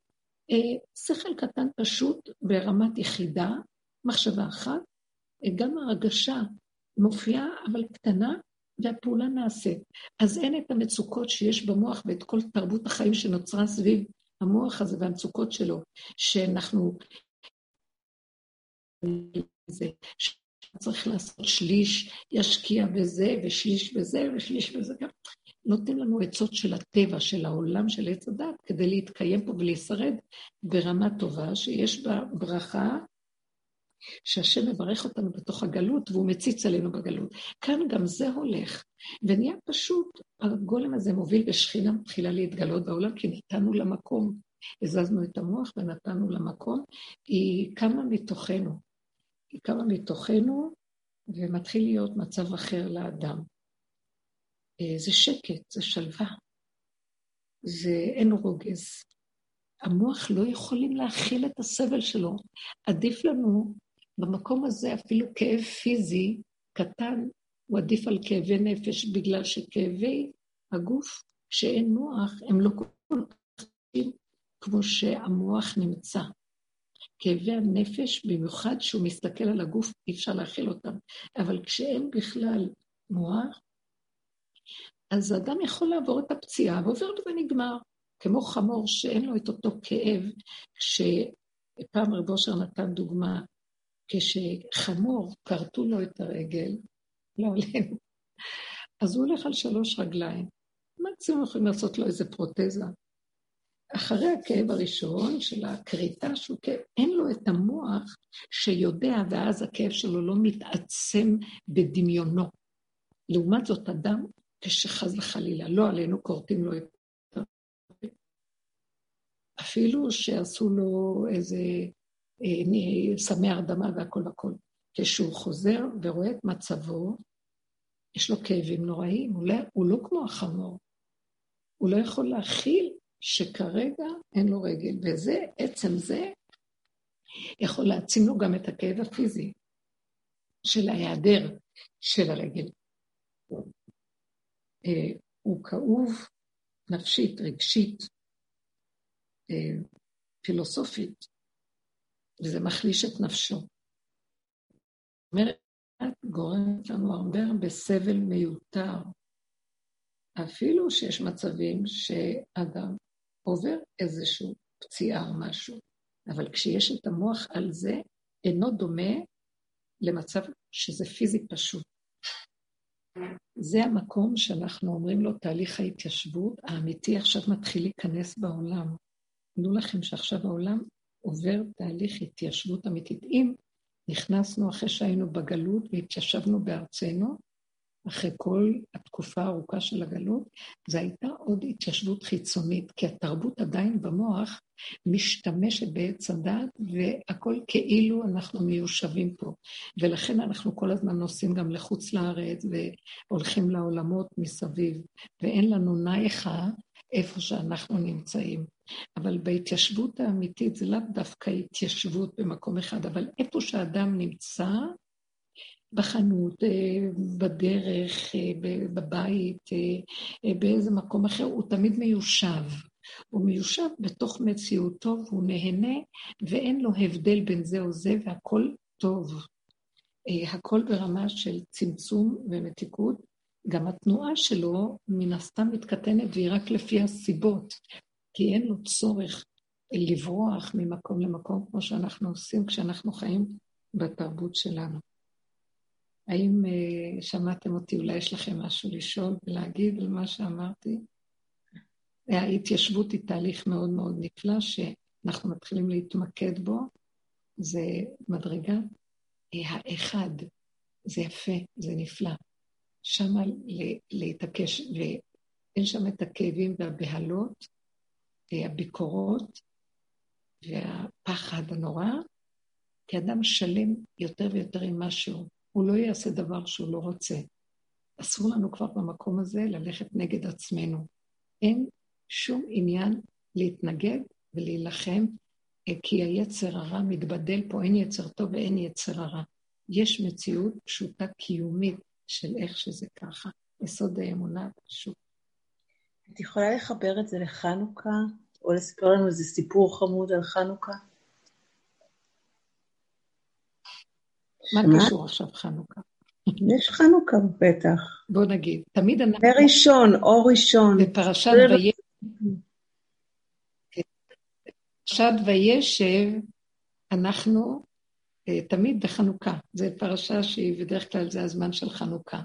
שכל קטן פשוט ברמת יחידה, מחשבה אחת, גם הרגשה מופיעה אבל קטנה, והפעולה נעשית. אז אין את המצוקות שיש במוח ואת כל תרבות החיים שנוצרה סביב המוח הזה והמצוקות שלו, שאנחנו זה, שצריך לעשות שליש, ישקיע בזה ושליש בזה ושליש בזה גם. נותנים לנו עצות של הטבע, של העולם, של עץ הדת, כדי להתקיים פה ולהישרד ברמה טובה, שיש בה ברכה, שהשם מברך אותנו בתוך הגלות, והוא מציץ עלינו בגלות. כאן גם זה הולך, ונהיה פשוט, הגולם הזה מוביל בשכינה, מתחילה להתגלות בעולם, כי נתנו למקום, הזזנו את המוח ונתנו למקום, היא קמה מתוכנו, היא קמה מתוכנו, ומתחיל להיות מצב אחר לאדם. זה שקט, זה שלווה, זה אין רוגז. המוח לא יכולים להכיל את הסבל שלו. עדיף לנו במקום הזה אפילו כאב פיזי קטן, הוא עדיף על כאבי נפש, בגלל שכאבי הגוף שאין מוח, הם לא כל כך כמו שהמוח נמצא. כאבי הנפש, במיוחד שהוא מסתכל על הגוף, אי אפשר להכיל אותם. אבל כשאין בכלל מוח, אז האדם יכול לעבור את הפציעה, ועובר ונגמר, כמו חמור שאין לו את אותו כאב, כשפעם רב אושר נתן דוגמה, כשחמור קרטו לו את הרגל, לא עלינו, אז הוא הולך על שלוש רגליים, מקסימום יכולים לעשות לו איזה פרוטזה, אחרי הכאב הראשון של הקריטה, שהוא כאב, אין לו את המוח שיודע, ואז הכאב שלו לא מתעצם בדמיונו. לעומת זאת אדם, כשחז וחלילה, לא עלינו קורטים לו את הרגל. אפילו שעשו לו איזה אה, סמי הרדמה והכל וכל. כשהוא חוזר ורואה את מצבו, יש לו כאבים נוראים, הוא לא, הוא לא כמו החמור. הוא לא יכול להכיל שכרגע אין לו רגל, וזה, עצם זה, יכול להעצים לו גם את הכאב הפיזי של ההיעדר של הרגל. הוא כאוב נפשית, רגשית, פילוסופית, וזה מחליש את נפשו. אומרת, גורמת לנו הרבה הרבה סבל מיותר, אפילו שיש מצבים שאדם עובר איזשהו פציעה או משהו, אבל כשיש את המוח על זה, אינו דומה למצב שזה פיזי פשוט. זה המקום שאנחנו אומרים לו תהליך ההתיישבות, האמיתי עכשיו מתחיל להיכנס בעולם. תנו לכם שעכשיו העולם עובר תהליך התיישבות אמיתית. אם נכנסנו אחרי שהיינו בגלות והתיישבנו בארצנו, אחרי כל התקופה הארוכה של הגלות, זו הייתה עוד התיישבות חיצונית, כי התרבות עדיין במוח משתמשת בעץ הדת, והכל כאילו אנחנו מיושבים פה. ולכן אנחנו כל הזמן נוסעים גם לחוץ לארץ, והולכים לעולמות מסביב, ואין לנו נייחה איפה שאנחנו נמצאים. אבל בהתיישבות האמיתית, זה לאו דווקא התיישבות במקום אחד, אבל איפה שהאדם נמצא, בחנות, בדרך, בבית, באיזה מקום אחר, הוא תמיד מיושב. הוא מיושב בתוך מציאותו, והוא נהנה, ואין לו הבדל בין זה או זה, והכל טוב. הכל ברמה של צמצום ומתיקות. גם התנועה שלו מן הסתם מתקטנת, והיא רק לפי הסיבות, כי אין לו צורך לברוח ממקום למקום, כמו שאנחנו עושים כשאנחנו חיים בתרבות שלנו. האם uh, שמעתם אותי? אולי יש לכם משהו לשאול ולהגיד על מה שאמרתי? ההתיישבות היא תהליך מאוד מאוד נפלא, שאנחנו מתחילים להתמקד בו, זה מדרגה. האחד, זה יפה, זה נפלא. שמה להתעקש, ואין שם את הכאבים והבהלות, הביקורות, והפחד הנורא, כי אדם שלם יותר ויותר עם משהו. הוא לא יעשה דבר שהוא לא רוצה. אסור לנו כבר במקום הזה ללכת נגד עצמנו. אין שום עניין להתנגד ולהילחם, כי היצר הרע מתבדל פה, אין יצר טוב ואין יצר הרע. יש מציאות פשוטה קיומית של איך שזה ככה. יסוד האמונה פשוט. את יכולה לחבר את זה לחנוכה? או לספר לנו איזה סיפור חמוד על חנוכה? מה קשור עכשיו חנוכה? יש חנוכה בטח. בוא נגיד, תמיד אנחנו... בראשון, או ראשון. בפרשת וישב, פרשת וישב, אנחנו תמיד בחנוכה. זו פרשה שהיא בדרך כלל זה הזמן של חנוכה.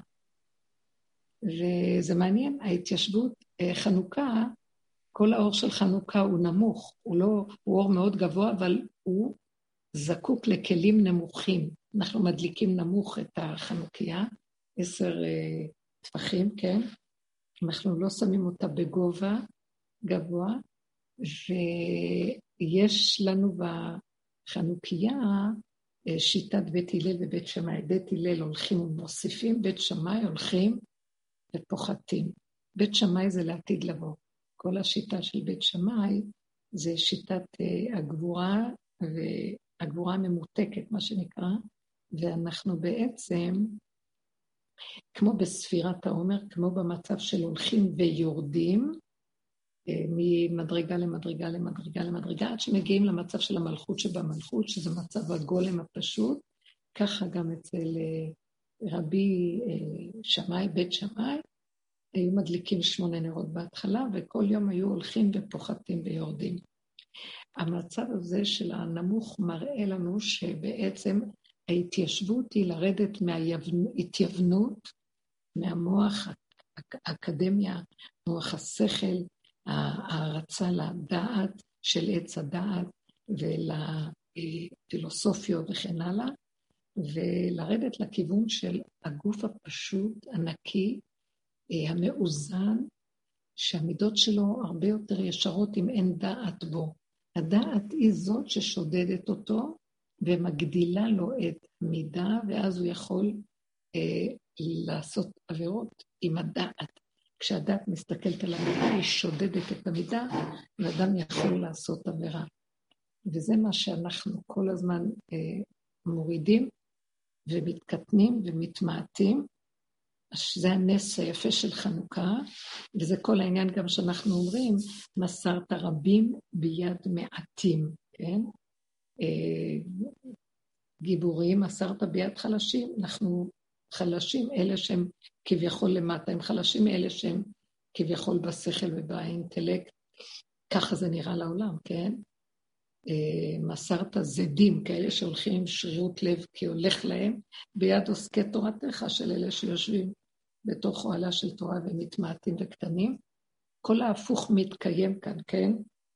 וזה מעניין, ההתיישבות, חנוכה, כל האור של חנוכה הוא נמוך, הוא לא, הוא אור מאוד גבוה, אבל הוא זקוק לכלים נמוכים. אנחנו מדליקים נמוך את החנוכיה, עשר uh, טפחים, כן? אנחנו לא שמים אותה בגובה גבוה, ויש לנו בחנוכיה uh, שיטת בית הלל ובית שמאי. בית הלל הולכים ומוסיפים, בית שמאי הולכים ופוחתים. בית שמאי זה לעתיד לבוא. כל השיטה של בית שמאי זה שיטת uh, הגבורה, והגבורה הממותקת, מה שנקרא, ואנחנו בעצם, כמו בספירת העומר, כמו במצב של הולכים ויורדים, ממדרגה למדרגה למדרגה למדרגה, עד שמגיעים למצב של המלכות שבמלכות, שזה מצב הגולם הפשוט, ככה גם אצל רבי שמאי, בית שמאי, היו מדליקים שמונה נרות בהתחלה, וכל יום היו הולכים ופוחתים ויורדים. המצב הזה של הנמוך מראה לנו שבעצם ההתיישבות היא לרדת מההתייוונות, מהמוח האקדמיה, מוח השכל, ההרצה לדעת של עץ הדעת ולפילוסופיות וכן הלאה, ולרדת לכיוון של הגוף הפשוט, הנקי, המאוזן, שהמידות שלו הרבה יותר ישרות אם אין דעת בו. הדעת היא זאת ששודדת אותו, ומגדילה לו את המידה, ואז הוא יכול אה, לעשות עבירות עם הדעת. כשהדעת מסתכלת על המידה, היא שודדת את המידה, ואדם יכול לעשות עבירה. וזה מה שאנחנו כל הזמן אה, מורידים, ומתקטנים ומתמעטים. זה הנס היפה של חנוכה, וזה כל העניין גם שאנחנו אומרים, מסרת רבים ביד מעטים, כן? גיבורים, מסרת ביד חלשים, אנחנו חלשים, אלה שהם כביכול למטה, הם חלשים מאלה שהם כביכול בשכל ובאינטלקט, ככה זה נראה לעולם, כן? מסרת זדים, כאלה שהולכים עם שרירות לב, כי הולך להם, ביד עוסקי תורתך של אלה שיושבים בתוך אוהלה של תורה ומתמעטים וקטנים, כל ההפוך מתקיים כאן, כן?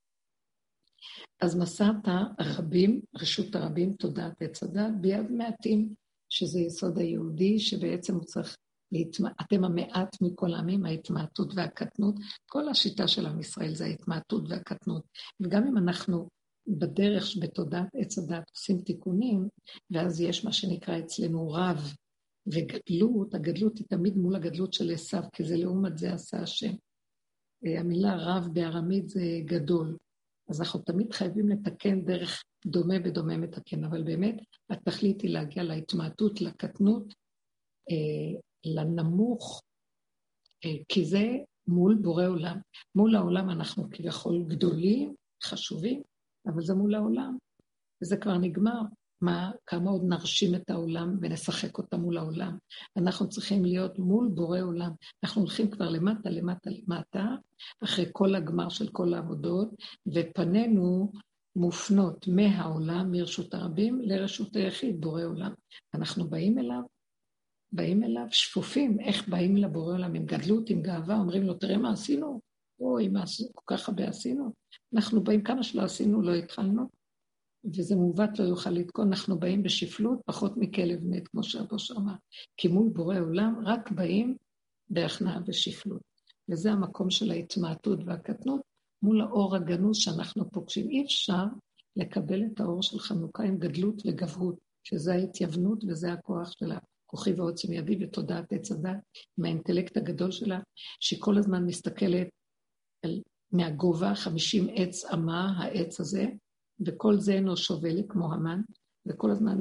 אז מסרת רבים, רשות הרבים, תודעת עץ הדת, ביד מעטים, שזה יסוד היהודי, שבעצם הוא צריך להתמע... אתם המעט מכל העמים, ההתמעטות והקטנות, כל השיטה של עם ישראל זה ההתמעטות והקטנות, וגם אם אנחנו בדרך בתודעת עץ הדת עושים תיקונים, ואז יש מה שנקרא אצלנו רב וגדלות, הגדלות היא תמיד מול הגדלות של עשיו, כי זה לעומת זה עשה השם. המילה רב בארמית זה גדול, אז אנחנו תמיד חייבים לתקן דרך דומה ודומה מתקן, אבל באמת התכלית היא להגיע להתמעטות, לקטנות, אה, לנמוך, אה, כי זה מול בורא עולם. מול העולם אנחנו כביכול גדולים, חשובים, אבל זה מול העולם, וזה כבר נגמר. מה, כמה עוד נרשים את העולם ונשחק אותה מול העולם. אנחנו צריכים להיות מול בורא עולם. אנחנו הולכים כבר למטה, למטה, למטה, אחרי כל הגמר של כל העבודות, ופנינו מופנות מהעולם, מרשות הרבים, לרשות היחיד, בורא עולם. אנחנו באים אליו, באים אליו שפופים, איך באים לבורא עולם, עם גדלות, עם גאווה, אומרים לו, תראה מה עשינו, אוי, מה כל כך הרבה עשינו. אנחנו באים כמה שלא עשינו, לא התחלנו. וזה מעוות לא יוכל לתקון, אנחנו באים בשפלות, פחות מכלב מת, כמו שאבו שאמר. כי מול בורא עולם רק באים בהכנעה ושפלות. וזה המקום של ההתמעטות והקטנות, מול האור הגנוז שאנחנו פוגשים. אי אפשר לקבל את האור של חנוכה עם גדלות וגברות, שזה ההתייוונות וזה הכוח שלה, כוחי ועוצם ידי ותודעת עץ הדת, מהאינטלקט הגדול שלה, שכל הזמן מסתכלת על, מהגובה, חמישים עץ אמה, העץ הזה, וכל זה אינו שווה לי כמו המן, וכל הזמן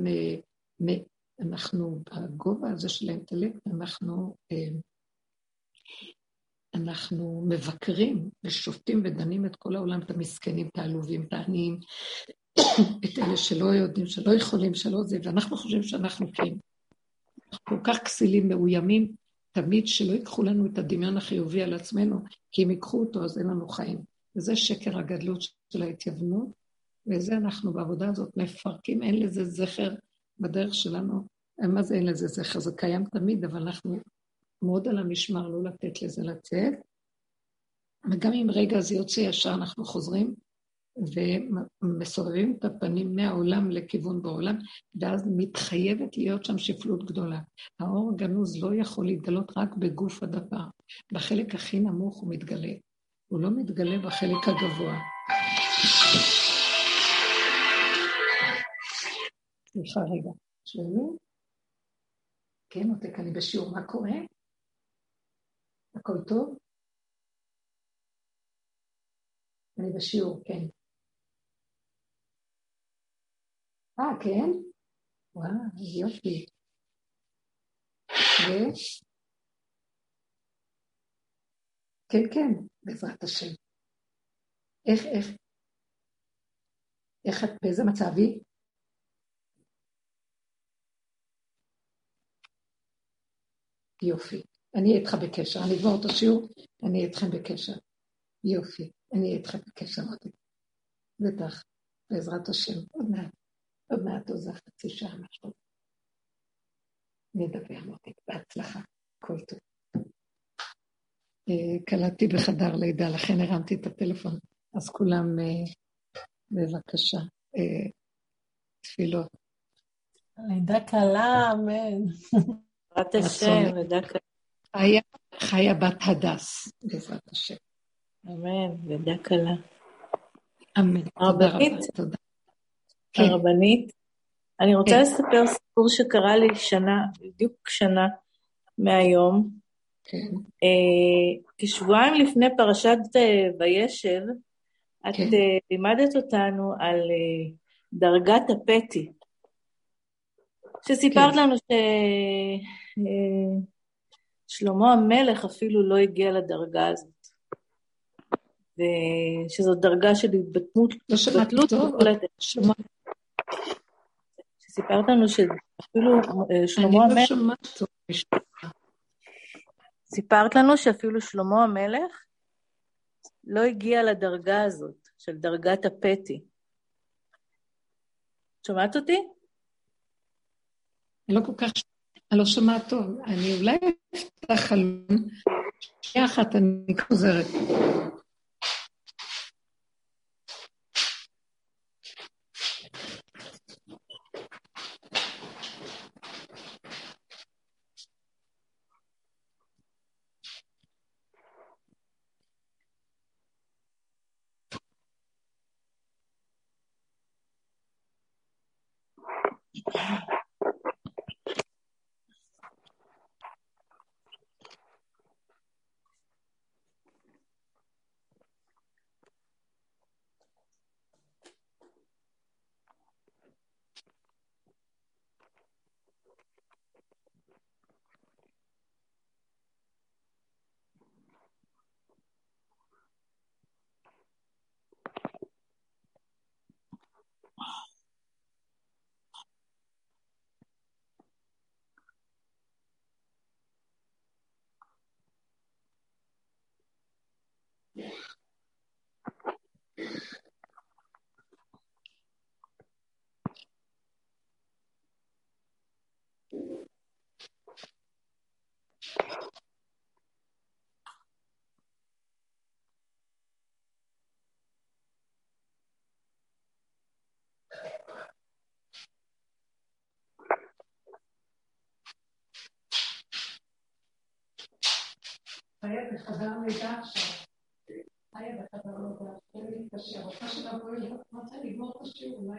אנחנו, בגובה הזה של האינטלקט, אנחנו, אנחנו מבקרים ושופטים ודנים את כל העולם, את המסכנים, את העלובים, את העניים, את אלה שלא יודעים, שלא יכולים, שלא זה, ואנחנו חושבים שאנחנו כן. אנחנו כל כך כסילים, מאוימים, תמיד שלא ייקחו לנו את הדמיון החיובי על עצמנו, כי אם ייקחו אותו אז אין לנו חיים. וזה שקר הגדלות של ההתייוונות, וזה אנחנו בעבודה הזאת מפרקים, אין לזה זכר בדרך שלנו. מה זה אין לזה זכר? זה קיים תמיד, אבל אנחנו מאוד על המשמר לא לתת לזה לצאת. וגם אם רגע זה יוצא ישר, אנחנו חוזרים ומסובבים את הפנים מהעולם לכיוון בעולם, ואז מתחייבת להיות שם שפלות גדולה. האור הגנוז לא יכול להתגלות רק בגוף הדבר. בחלק הכי נמוך הוא מתגלה. הוא לא מתגלה בחלק הגבוה. סליחה רגע. שלנו? כן, עותק, אני בשיעור. מה קורה? הכל טוב? אני בשיעור, כן. אה, כן? וואו, יופי. ו... כן, כן, בעזרת השם. איך, איך? איך את, באיזה מצב היא? יופי. אני אהיה איתך בקשר. אני אגמור את השיעור, אני אהיה איתכם בקשר. יופי. אני אהיה איתך בקשר. בטח, בעזרת השם. עוד מעט. עוד מעט עוזה חצי שעה משהו. נדבר מותק, בהצלחה. כל טוב. קלטתי בחדר לידה, לכן הרמתי את הטלפון. אז כולם, בבקשה, תפילות. לידה קלה, אמן. בעזרת השם, לידה קלה. חיה, חיה בת הדס, בעזרת השם. אמן, לידה קלה. אמן, תודה רבה, תודה. הרבנית, אני רוצה לספר סיפור שקרה לי שנה, בדיוק שנה מהיום. כשבועיים לפני פרשת וישב, את לימדת אותנו על דרגת הפתי. שסיפרת לנו ששלמה המלך אפילו לא הגיע לדרגה הזאת. ושזאת דרגה של התבטלות. לא שמעתי טוב. שסיפרת לנו שאפילו שלמה המלך... אני לא שמעת טוב. סיפרת לנו שאפילו שלמה המלך לא הגיע לדרגה הזאת, של דרגת הפתי. שומעת אותי? אני לא כל כך... אני לא שמעת טוב. אני אולי אפתח חלון. שנייה אחת אני חוזרת. חיה בחדר לידה עכשיו. חיה בחדר לידה. תן לי את השיר. אותה שנבוא אליו. רוצה לגמור את השיר אולי.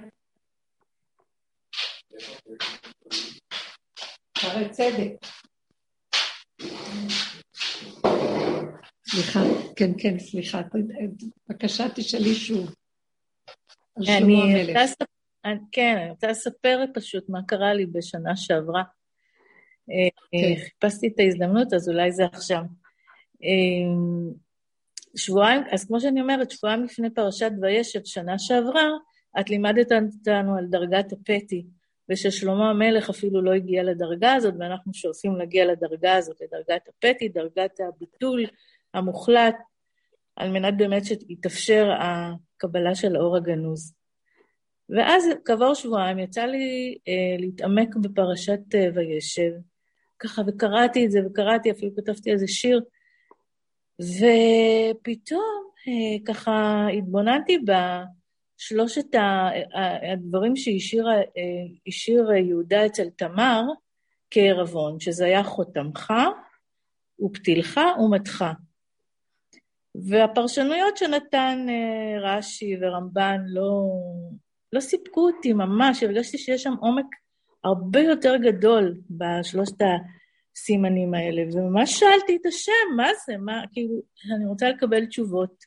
הרי צדק. סליחה. כן, כן, סליחה. בבקשה תשאלי שוב. על שלמה המלך. כן, אני רוצה לספר פשוט מה קרה לי בשנה שעברה. חיפשתי את ההזדמנות, אז אולי זה עכשיו. שבועיים, אז כמו שאני אומרת, שבועיים לפני פרשת וישב, שנה שעברה, את לימדת אותנו על דרגת הפתי, וששלמה המלך אפילו לא הגיע לדרגה הזאת, ואנחנו שואפים להגיע לדרגה הזאת, לדרגת הפתי, דרגת הביטול המוחלט, על מנת באמת שתתאפשר הקבלה של האור הגנוז. ואז כעבור שבועיים יצא לי אה, להתעמק בפרשת אה, וישב, ככה וקראתי את זה, וקראתי, אפילו כתבתי איזה שיר, ופתאום אה, ככה התבוננתי בשלושת הדברים שהשאיר יהודה אצל תמר כערבון, שזה היה חותמך ופתילך ומתך. והפרשנויות שנתן אה, רש"י ורמב"ן לא, לא סיפקו אותי ממש, הרגשתי שיש שם עומק הרבה יותר גדול בשלושת הסימנים האלה, וממש שאלתי את השם, מה זה? מה, כאילו, אני רוצה לקבל תשובות.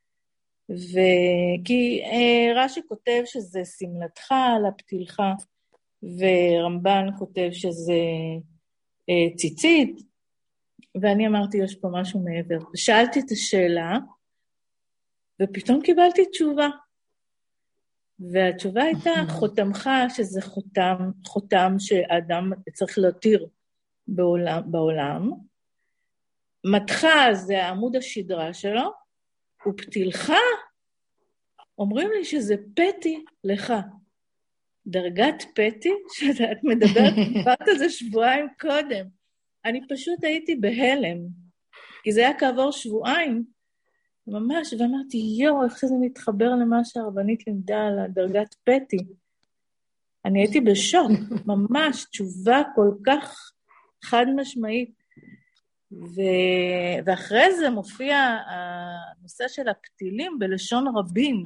וכי אה, רש"י כותב שזה סמלתך לפתילך, ורמב"ן כותב שזה אה, ציצית, ואני אמרתי, יש פה משהו מעבר. ושאלתי את השאלה, ופתאום קיבלתי תשובה. והתשובה הייתה, חותמך, שזה חותם, חותם שאדם צריך להותיר בעולם, בעולם. מתך זה עמוד השדרה שלו, ופתילך, אומרים לי שזה פתי לך. דרגת פתי, שאת מדברת, דיברת על זה שבועיים קודם. אני פשוט הייתי בהלם, כי זה היה כעבור שבועיים, ממש, ואמרתי, יו, איך שזה מתחבר למה שהרבנית לימדה על הדרגת פתי. אני הייתי בשוק, ממש, תשובה כל כך חד משמעית. ו... ואחרי זה מופיע הנושא של הפתילים בלשון רבים.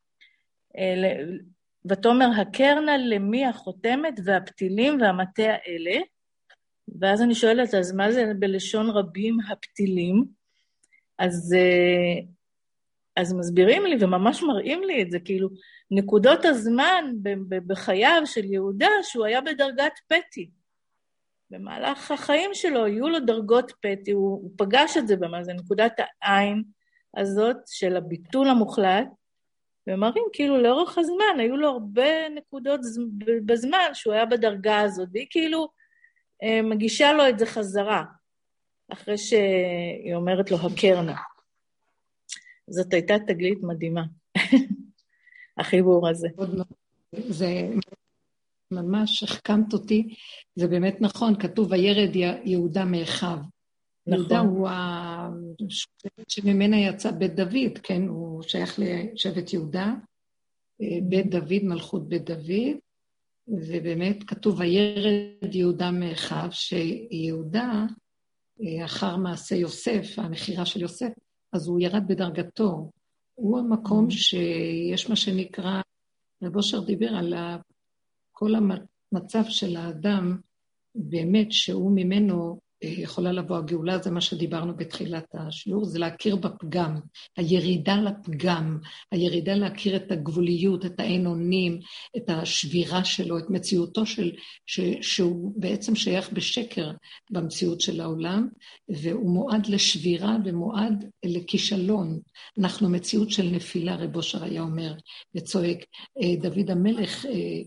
ותאמר, הקרנה למי החותמת והפתילים והמטה האלה, ואז אני שואלת, אז מה זה בלשון רבים הפתילים? אז, אז מסבירים לי וממש מראים לי את זה, כאילו נקודות הזמן בחייו של יהודה שהוא היה בדרגת פתי. במהלך החיים שלו יהיו לו דרגות פתי, הוא, הוא פגש את זה במה, זה נקודת העין הזאת של הביטול המוחלט, ומראים כאילו לאורך הזמן, היו לו הרבה נקודות בזמן שהוא היה בדרגה הזאת, והיא כאילו מגישה לו את זה חזרה, אחרי שהיא אומרת לו הקרנה. זאת הייתה תגלית מדהימה, החיבור הזה. זה ממש החכמת אותי, זה באמת נכון, כתוב וירד יהודה מאחיו. נכון. יהודה הוא השבט שממנה יצא בית דוד, כן, הוא שייך לשבט יהודה, בית דוד, מלכות בית דוד, ובאמת כתוב וירד יהודה מאחיו, שיהודה, אחר מעשה יוסף, המחירה של יוסף, אז הוא ירד בדרגתו. הוא המקום שיש מה שנקרא, רב אושר דיבר על כל המצב של האדם, באמת שהוא ממנו יכולה לבוא הגאולה, זה מה שדיברנו בתחילת השיעור, זה להכיר בפגם, הירידה לפגם, הירידה להכיר את הגבוליות, את האין אונים, את השבירה שלו, את מציאותו של, ש, שהוא בעצם שייך בשקר במציאות של העולם, והוא מועד לשבירה ומועד לכישלון. אנחנו מציאות של נפילה, רב אושר היה אומר, וצועק, דוד המלך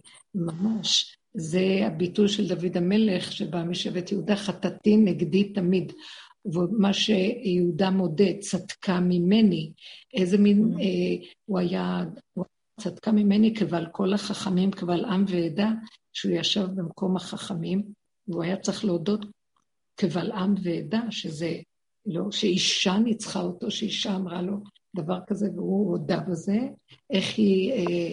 ממש, זה הביטוי של דוד המלך, שבא משבט יהודה, חטאתי נגדי תמיד, ומה שיהודה מודה, צדקה ממני, איזה מין, אה, הוא היה, הוא צדקה ממני כבל כל החכמים, כבל עם ועדה, שהוא ישב במקום החכמים, והוא היה צריך להודות כבל עם ועדה, שזה לא, שאישה ניצחה אותו, שאישה אמרה לו דבר כזה, והוא הודה בזה, איך היא... אה,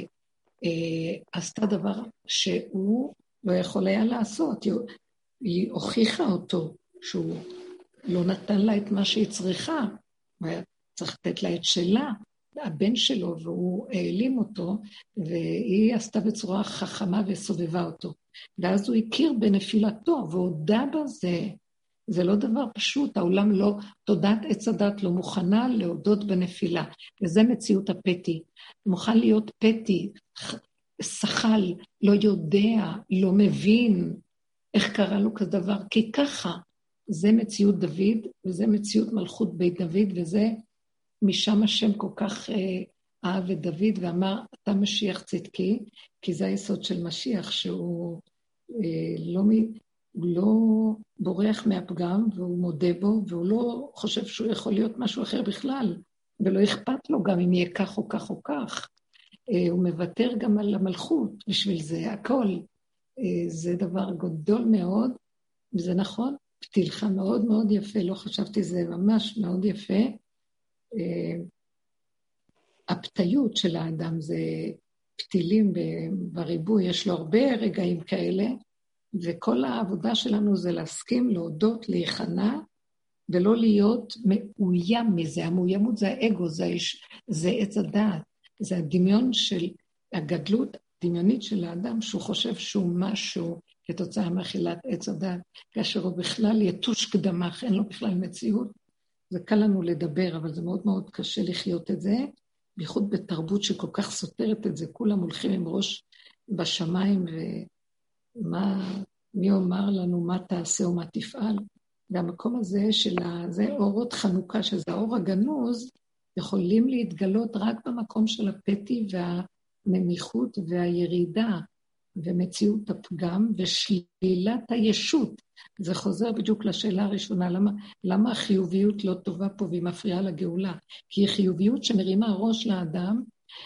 עשתה דבר שהוא לא יכול היה לעשות, היא, היא הוכיחה אותו שהוא לא נתן לה את מה שהיא צריכה, הוא היה צריך לתת לה את שלה, הבן שלו, והוא העלים אותו, והיא עשתה בצורה חכמה וסובבה אותו, ואז הוא הכיר בנפילתו והודע בזה. זה לא דבר פשוט, העולם לא, תודעת עץ הדת לא מוכנה להודות בנפילה, וזה מציאות הפתי, מוכן להיות פתי, שחל, לא יודע, לא מבין איך קרה לו כזה דבר, כי ככה, זה מציאות דוד, וזה מציאות מלכות בית דוד, וזה משם השם כל כך אה, אהב את דוד, ואמר, אתה משיח צדקי, כי זה היסוד של משיח, שהוא אה, לא, הוא לא בורח מהפגם, והוא מודה בו, והוא לא חושב שהוא יכול להיות משהו אחר בכלל, ולא אכפת לו גם אם יהיה כך או כך או כך. אה, הוא מוותר גם על המלכות, בשביל זה הכל. אה, זה דבר גדול מאוד, וזה נכון, פתילך מאוד מאוד יפה, לא חשבתי זה ממש מאוד יפה. הפתיות של האדם זה פתילים בריבוי, יש לו הרבה רגעים כאלה, וכל העבודה שלנו זה להסכים, להודות, להיכנע, ולא להיות מאוים מזה. המאוימות זה האגו, זה, האש, זה עץ הדעת, זה הדמיון של הגדלות הדמיונית של האדם, שהוא חושב שהוא משהו כתוצאה מאכילת עץ הדעת, כאשר הוא בכלל יתוש קדמך, אין לו בכלל מציאות. זה קל לנו לדבר, אבל זה מאוד מאוד קשה לחיות את זה, בייחוד בתרבות שכל כך סותרת את זה, כולם הולכים עם ראש בשמיים, ומה, מי אומר לנו מה תעשה ומה תפעל. והמקום הזה של זה אורות חנוכה, שזה האור הגנוז, יכולים להתגלות רק במקום של הפתי והמניחות והירידה, ומציאות הפגם ושלילת הישות. זה חוזר בדיוק לשאלה הראשונה, למה, למה החיוביות לא טובה פה והיא מפריעה לגאולה? כי היא חיוביות שמרימה ראש לאדם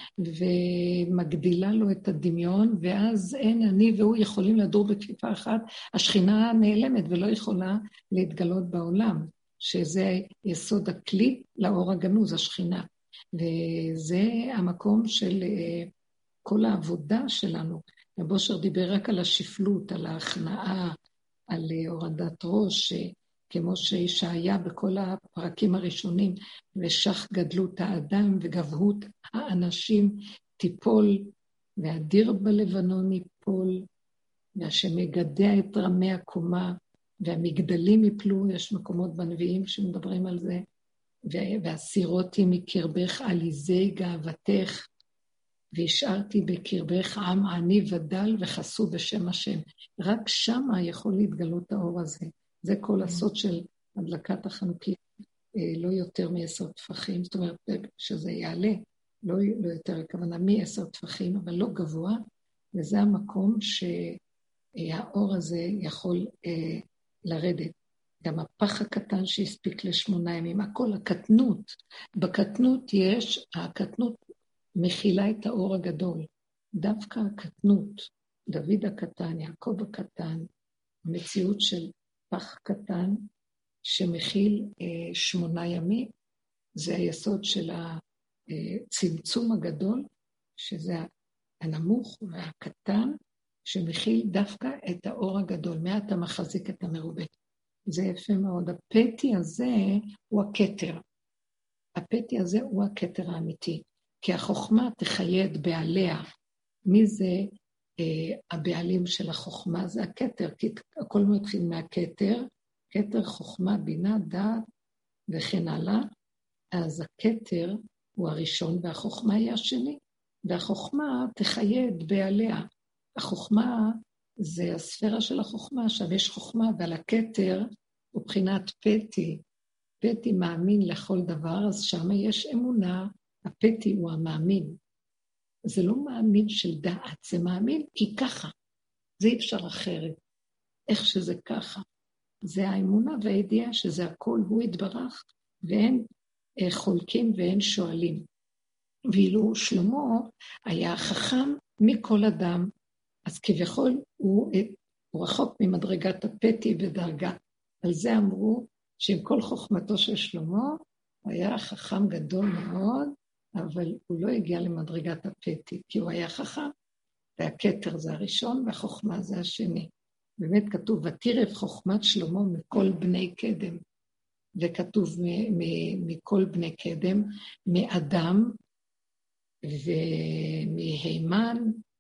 ומגדילה לו את הדמיון, ואז אין אני והוא יכולים לדור בכפיפה אחת, השכינה נעלמת ולא יכולה להתגלות בעולם, שזה יסוד הכלי לאור הגנוז, השכינה. וזה המקום של כל העבודה שלנו. הבושר דיבר רק על השפלות, על ההכנעה, על הורדת ראש, כמו שישעיה בכל הפרקים הראשונים, ושך גדלות האדם וגבהות האנשים תיפול, והדיר בלבנון ייפול, והשם יגדע את רמי הקומה, והמגדלים יפלו, יש מקומות בנביאים שמדברים על זה, והסירותי מקרבך עליזי גאוותך, והשארתי בקרבך עם עני ודל וחסו בשם השם. רק שמה יכול להתגלות האור הזה. זה כל הסוד של הדלקת החנוכית, לא יותר מעשר טפחים, זאת אומרת שזה יעלה, לא, לא יותר הכוונה מעשר טפחים, אבל לא גבוה, וזה המקום שהאור הזה יכול אה, לרדת. גם הפח הקטן שהספיק לשמונה ימים, הכל הקטנות. בקטנות יש, הקטנות מכילה את האור הגדול. דווקא הקטנות, דוד הקטן, יעקב הקטן, המציאות של פח קטן שמכיל אה, שמונה ימים, זה היסוד של הצמצום הגדול, שזה הנמוך והקטן, שמכיל דווקא את האור הגדול. מעט המחזיק את המרובה. זה יפה מאוד. הפתי הזה הוא הכתר. הפתי הזה הוא הכתר האמיתי. כי החוכמה תחייד בעליה. מי זה אה, הבעלים של החוכמה? זה הכתר, כי הכל מתחיל מהכתר, כתר, חוכמה, בינה, דעת וכן הלאה. אז הכתר הוא הראשון והחוכמה היא השני. והחוכמה תחייד בעליה. החוכמה זה הספירה של החוכמה, עכשיו יש חוכמה, ועל הכתר הוא בחינת פתי. פתי מאמין לכל דבר, אז שם יש אמונה, הפתי הוא המאמין. זה לא מאמין של דעת, זה מאמין כי ככה. זה אי אפשר אחרת. איך שזה ככה. זה האמונה והידיעה שזה הכל, הוא יתברך, ואין אה, חולקים ואין שואלים. ואילו שלמה היה חכם מכל אדם, אז כביכול הוא, הוא רחוק ממדרגת הפתי בדרגה. על זה אמרו שעם כל חוכמתו של שלמה, הוא היה חכם גדול מאוד, אבל הוא לא הגיע למדרגת הפתי, כי הוא היה חכם, והכתר זה הראשון, והחוכמה זה השני. באמת כתוב, ותירב חוכמת שלמה מכל בני קדם, וכתוב מכל בני קדם, מאדם ומהימן,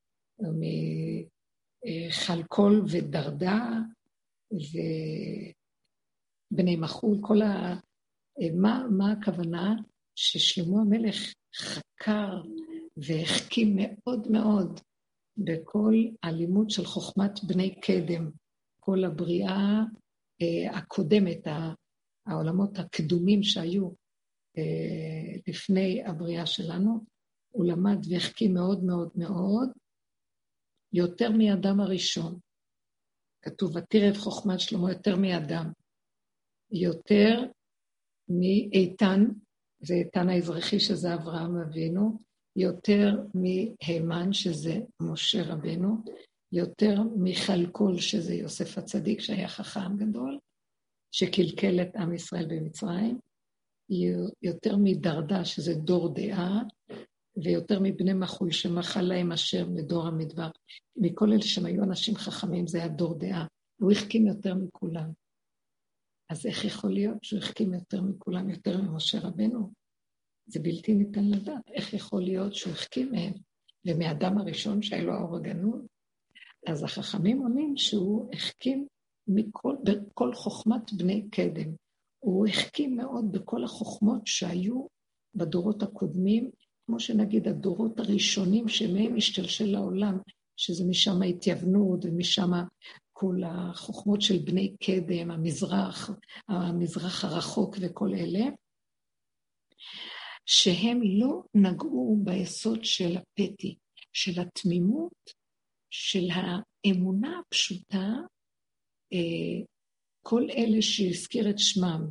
מחלקול ודרדה, ובני מחול, כל ה... מה, מה הכוונה? ששלמה המלך חקר והחכים מאוד מאוד בכל הלימוד של חוכמת בני קדם, כל הבריאה אה, הקודמת, העולמות הקדומים שהיו אה, לפני הבריאה שלנו, הוא למד והחכים מאוד מאוד מאוד, יותר מאדם הראשון. כתוב, ותרב חוכמת שלמה יותר מאדם, יותר מאיתן, זה איתן האזרחי שזה אברהם אבינו, יותר מהימן שזה משה רבנו, יותר מחלקול שזה יוסף הצדיק שהיה חכם גדול, שקלקל את עם ישראל במצרים, יותר מדרדה שזה דור דעה, ויותר מבני מחול שמחל להם אשר מדור המדבר. מכל אלה שהם היו אנשים חכמים זה היה דור דעה, הוא החכים יותר מכולם. אז איך יכול להיות שהוא החכים יותר מכולם, יותר ממשה רבנו? זה בלתי ניתן לדעת. איך יכול להיות שהוא החכים מהם, ומאדם הראשון שהיה לו האור הגנוז? אז החכמים עונים שהוא החכים מכל, בכל חוכמת בני קדם. הוא החכים מאוד בכל החוכמות שהיו בדורות הקודמים, כמו שנגיד הדורות הראשונים שמהם השתלשל לעולם, שזה משם ההתייוונות ומשם כל החוכמות של בני קדם, המזרח, המזרח הרחוק וכל אלה, שהם לא נגעו ביסוד של הפתי, של התמימות, של האמונה הפשוטה, כל אלה שהזכיר את שמם,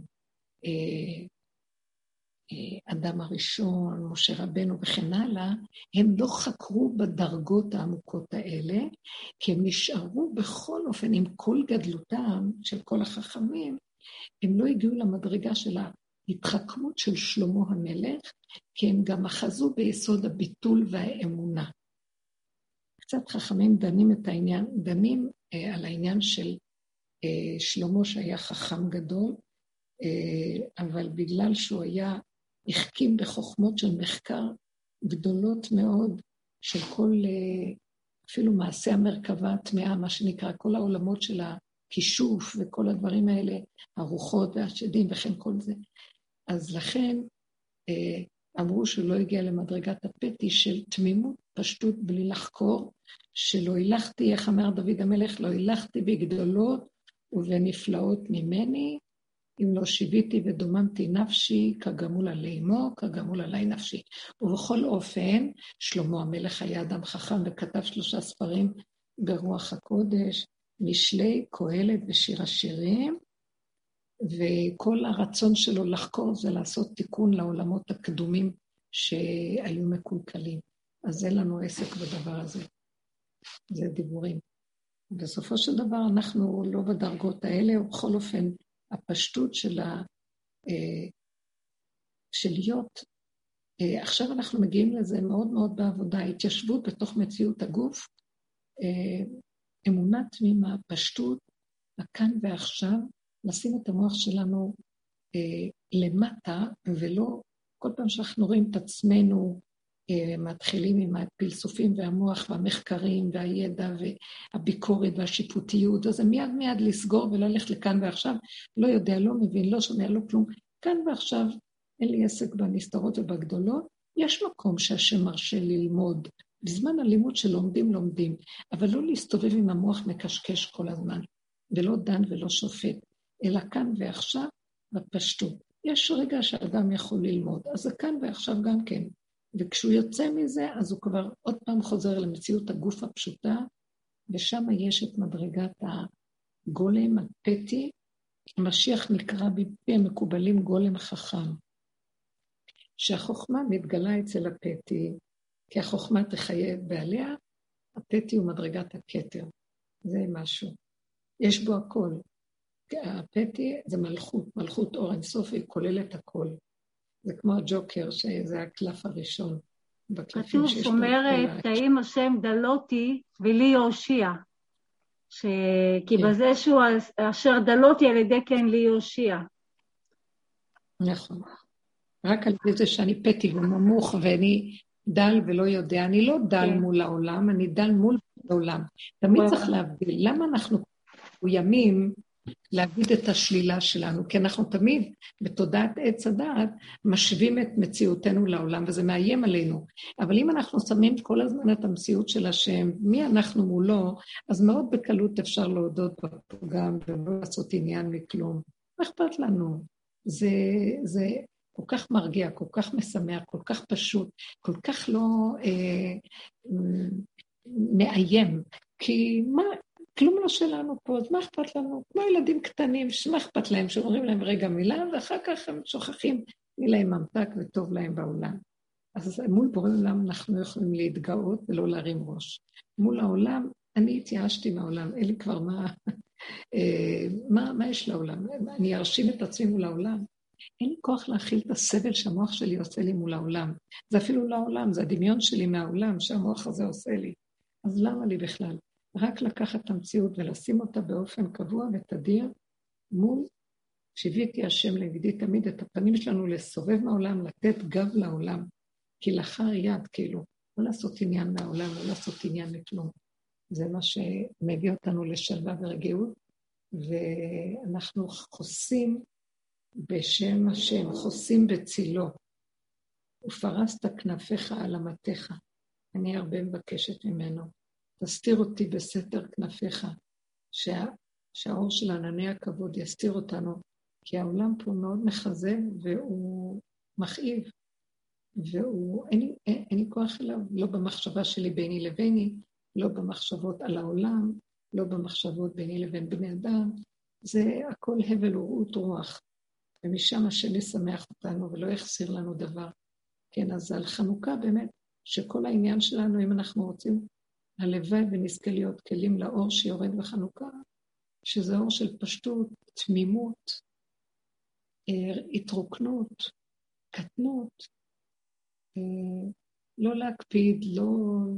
אדם הראשון, משה רבנו וכן הלאה, הם לא חקרו בדרגות העמוקות האלה, כי הם נשארו בכל אופן עם כל גדלותם של כל החכמים, הם לא הגיעו למדרגה של ההתחכמות של שלמה המלך, כי הם גם אחזו ביסוד הביטול והאמונה. קצת חכמים דנים את העניין, דנים אה, על העניין של אה, שלמה שהיה חכם גדול, אה, אבל בגלל שהוא היה החכים בחוכמות של מחקר גדולות מאוד, של כל, אה, אפילו מעשה המרכבה הטמאה, מה שנקרא, כל העולמות של הכישוף וכל הדברים האלה, הרוחות והשדים וכן כל זה. אז לכן אה, אמרו שהוא לא הגיע למדרגת הפתי של תמימות, פשטות בלי לחקור, שלא הילכתי, איך אמר דוד המלך, לא הילכתי בגדולות ובנפלאות ממני, אם לא שיביתי ודוממתי נפשי, כגמול עלי אמו, כגמול עלי נפשי. ובכל אופן, שלמה המלך היה אדם חכם וכתב שלושה ספרים ברוח הקודש, משלי, קהלת ושיר השירים, וכל הרצון שלו לחקור זה לעשות תיקון לעולמות הקדומים שהיו מקולקלים. אז אין לנו עסק בדבר הזה. זה דיבורים. בסופו של דבר אנחנו לא בדרגות האלה, ובכל אופן הפשטות של ה... של להיות. עכשיו אנחנו מגיעים לזה מאוד מאוד בעבודה, התיישבות בתוך מציאות הגוף, אמונה תמימה, פשטות, הכאן ועכשיו, לשים את המוח שלנו למטה, ולא כל פעם שאנחנו רואים את עצמנו, מתחילים עם הפלסופים והמוח והמחקרים והידע והביקורת והשיפוטיות, אז זה מיד מיד לסגור וללכת לכאן ועכשיו, לא יודע, לא מבין, לא שומע, לא כלום, כאן ועכשיו אין לי עסק בנסתרות ובגדולות, יש מקום שהשם מרשה ללמוד, בזמן הלימוד שלומדים לומדים, אבל לא להסתובב עם המוח מקשקש כל הזמן, ולא דן ולא שופט, אלא כאן ועכשיו בפשטות. יש רגע שאדם יכול ללמוד, אז זה כאן ועכשיו גם כן. וכשהוא יוצא מזה, אז הוא כבר עוד פעם חוזר למציאות הגוף הפשוטה, ושם יש את מדרגת הגולם, הפתי, המשיח נקרא בפי המקובלים גולם חכם, שהחוכמה מתגלה אצל הפתי, כי החוכמה תחייב בעליה, הפתי הוא מדרגת הכתר, זה משהו. יש בו הכל. הפתי זה מלכות, מלכות אור אינסוף, היא כוללת הכל. זה כמו הג'וקר, שזה הקלף הראשון. כתוב, אומרת, האם השם דלותי ולי יושיע, ש... כי כן. בזה שהוא אשר דלותי על ידי כן לי יושיע. נכון. רק על ידי זה שאני פתי וממוך ואני דל ולא יודע, אני לא דל כן. מול העולם, אני דל מול העולם. תמיד צריך להבדיל, למה אנחנו ימים להגיד את השלילה שלנו, כי אנחנו תמיד בתודעת עץ הדעת משווים את מציאותנו לעולם, וזה מאיים עלינו. אבל אם אנחנו שמים כל הזמן את המציאות של השם, מי אנחנו מולו, אז מאוד בקלות אפשר להודות בפגם ולא לעשות עניין מכלום. מה אכפת לנו? זה, זה כל כך מרגיע, כל כך משמח, כל כך פשוט, כל כך לא אה, מאיים, כי מה... כלום לא שלנו פה, אז מה אכפת לנו? כמו ילדים קטנים, שמה אכפת להם, שאומרים להם רגע מילה, ואחר כך הם שוכחים, מי להם ממתק וטוב להם בעולם. אז מול בורא עולם אנחנו יכולים להתגאות ולא להרים ראש. מול העולם, אני התייאשתי מהעולם, אין לי כבר מה, מה, מה יש לעולם? אני ארשים את עצמי מול העולם. אין לי כוח להכיל את הסבל שהמוח שלי עושה לי מול העולם. זה אפילו לא העולם, זה הדמיון שלי מהעולם שהמוח הזה עושה לי. אז למה לי בכלל? רק לקחת את המציאות ולשים אותה באופן קבוע ותדיר מול שהביאתי השם לבדי תמיד את הפנים שלנו לסובב מהעולם, לתת גב לעולם, כי לאחר יד כאילו, לא לעשות עניין מהעולם, לא לעשות עניין לכלום. זה מה שמביא אותנו לשלווה ורגיעות, ואנחנו חוסים בשם השם, חוסים בצילו, ופרסת כנפיך על המתיך. אני הרבה מבקשת ממנו. תסתיר אותי בסתר כנפיך, שה, שהאור של ענני הכבוד יסתיר אותנו, כי העולם פה מאוד מחזה והוא מכאיב, והוא, אין, אין, אין לי כוח אליו, לא במחשבה שלי ביני לביני, לא במחשבות על העולם, לא במחשבות ביני לבין בני אדם, זה הכל הבל ורעות רוח, ומשם השם ישמח אותנו ולא יחסיר לנו דבר. כן, אז על חנוכה באמת, שכל העניין שלנו, אם אנחנו רוצים, הלוואי ונזכה להיות כלים לאור שיורד בחנוכה, שזה אור של פשטות, תמימות, התרוקנות, קטנות, לא להקפיד, לא...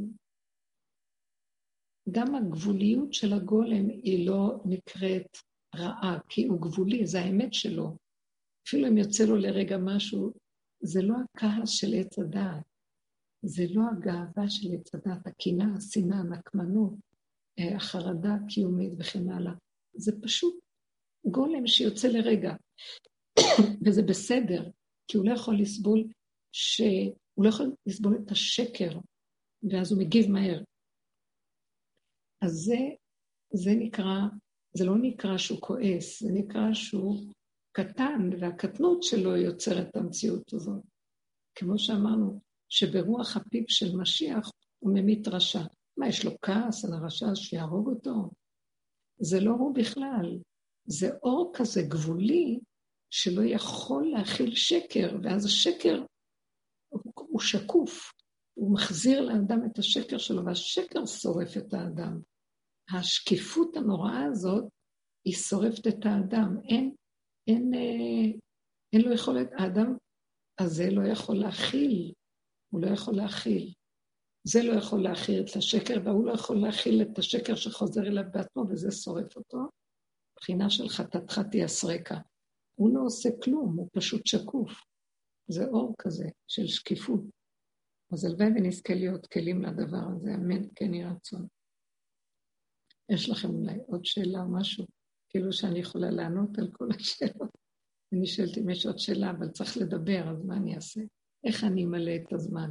גם הגבוליות של הגולם היא לא נקראת רעה, כי הוא גבולי, זה האמת שלו. אפילו אם יוצא לו לרגע משהו, זה לא הכעס של עץ הדעת. זה לא הגאווה של עץ הדת, הקנאה, השנאה, הנקמנות, החרדה הקיומית וכן הלאה. זה פשוט גולם שיוצא לרגע, וזה בסדר, כי הוא לא יכול לסבול, ש... הוא לא יכול לסבול את השקר, ואז הוא מגיב מהר. אז זה, זה נקרא, זה לא נקרא שהוא כועס, זה נקרא שהוא קטן, והקטנות שלו יוצרת את המציאות הזאת. כמו שאמרנו, שברוח הפיפ של משיח הוא ממית רשע. מה, יש לו כעס על הרשע שיהרוג אותו? זה לא הוא בכלל. זה אור כזה גבולי שלא יכול להכיל שקר, ואז השקר הוא, הוא שקוף. הוא מחזיר לאדם את השקר שלו, והשקר שורף את האדם. השקיפות הנוראה הזאת היא שורפת את האדם. אין, אין, אין, אין לו יכולת, האדם הזה לא יכול להכיל. הוא לא יכול להכיל. זה לא יכול להכיל את השקר, והוא לא יכול להכיל את השקר שחוזר אליו בעצמו, וזה שורף אותו. בחינה של חטאתך תיאסרקה. הוא לא עושה כלום, הוא פשוט שקוף. זה אור כזה של שקיפות. אז הלוואי ונזכה להיות כלים לדבר הזה, אמן, כן יהי רצון. יש לכם אולי עוד שאלה או משהו, כאילו שאני יכולה לענות על כל השאלות. אני שואלת אם יש עוד שאלה, אבל צריך לדבר, אז מה אני אעשה? איך אני אמלא את הזמן?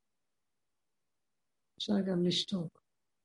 אפשר גם לשתוק.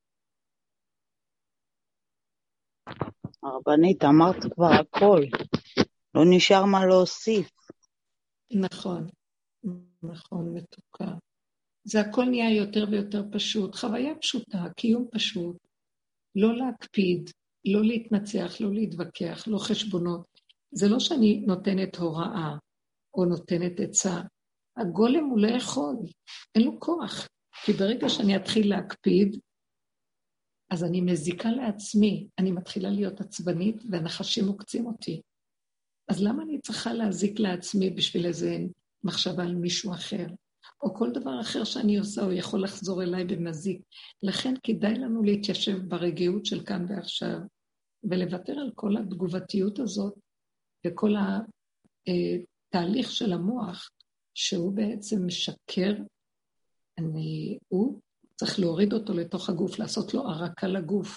הרבנית, אמרת כבר הכל. לא נשאר מה להוסיף. נכון, נכון, מתוקה. זה הכל נהיה יותר ויותר פשוט. חוויה פשוטה, קיום פשוט. לא להקפיד, לא להתנצח, לא להתווכח, לא חשבונות. זה לא שאני נותנת הוראה או נותנת עצה. הגולם הוא לא יכול, אין לו כוח. כי ברגע שאני אתחיל להקפיד, אז אני מזיקה לעצמי, אני מתחילה להיות עצבנית, והנחשים מוקצים אותי. אז למה אני צריכה להזיק לעצמי בשביל איזה מחשבה על מישהו אחר? או כל דבר אחר שאני עושה, הוא יכול לחזור אליי במזיק. לכן כדאי לנו להתיישב ברגיעות של כאן ועכשיו, ולוותר על כל התגובתיות הזאת, וכל התהליך של המוח, שהוא בעצם משקר, אני, הוא צריך להוריד אותו לתוך הגוף, לעשות לו ערקה לגוף,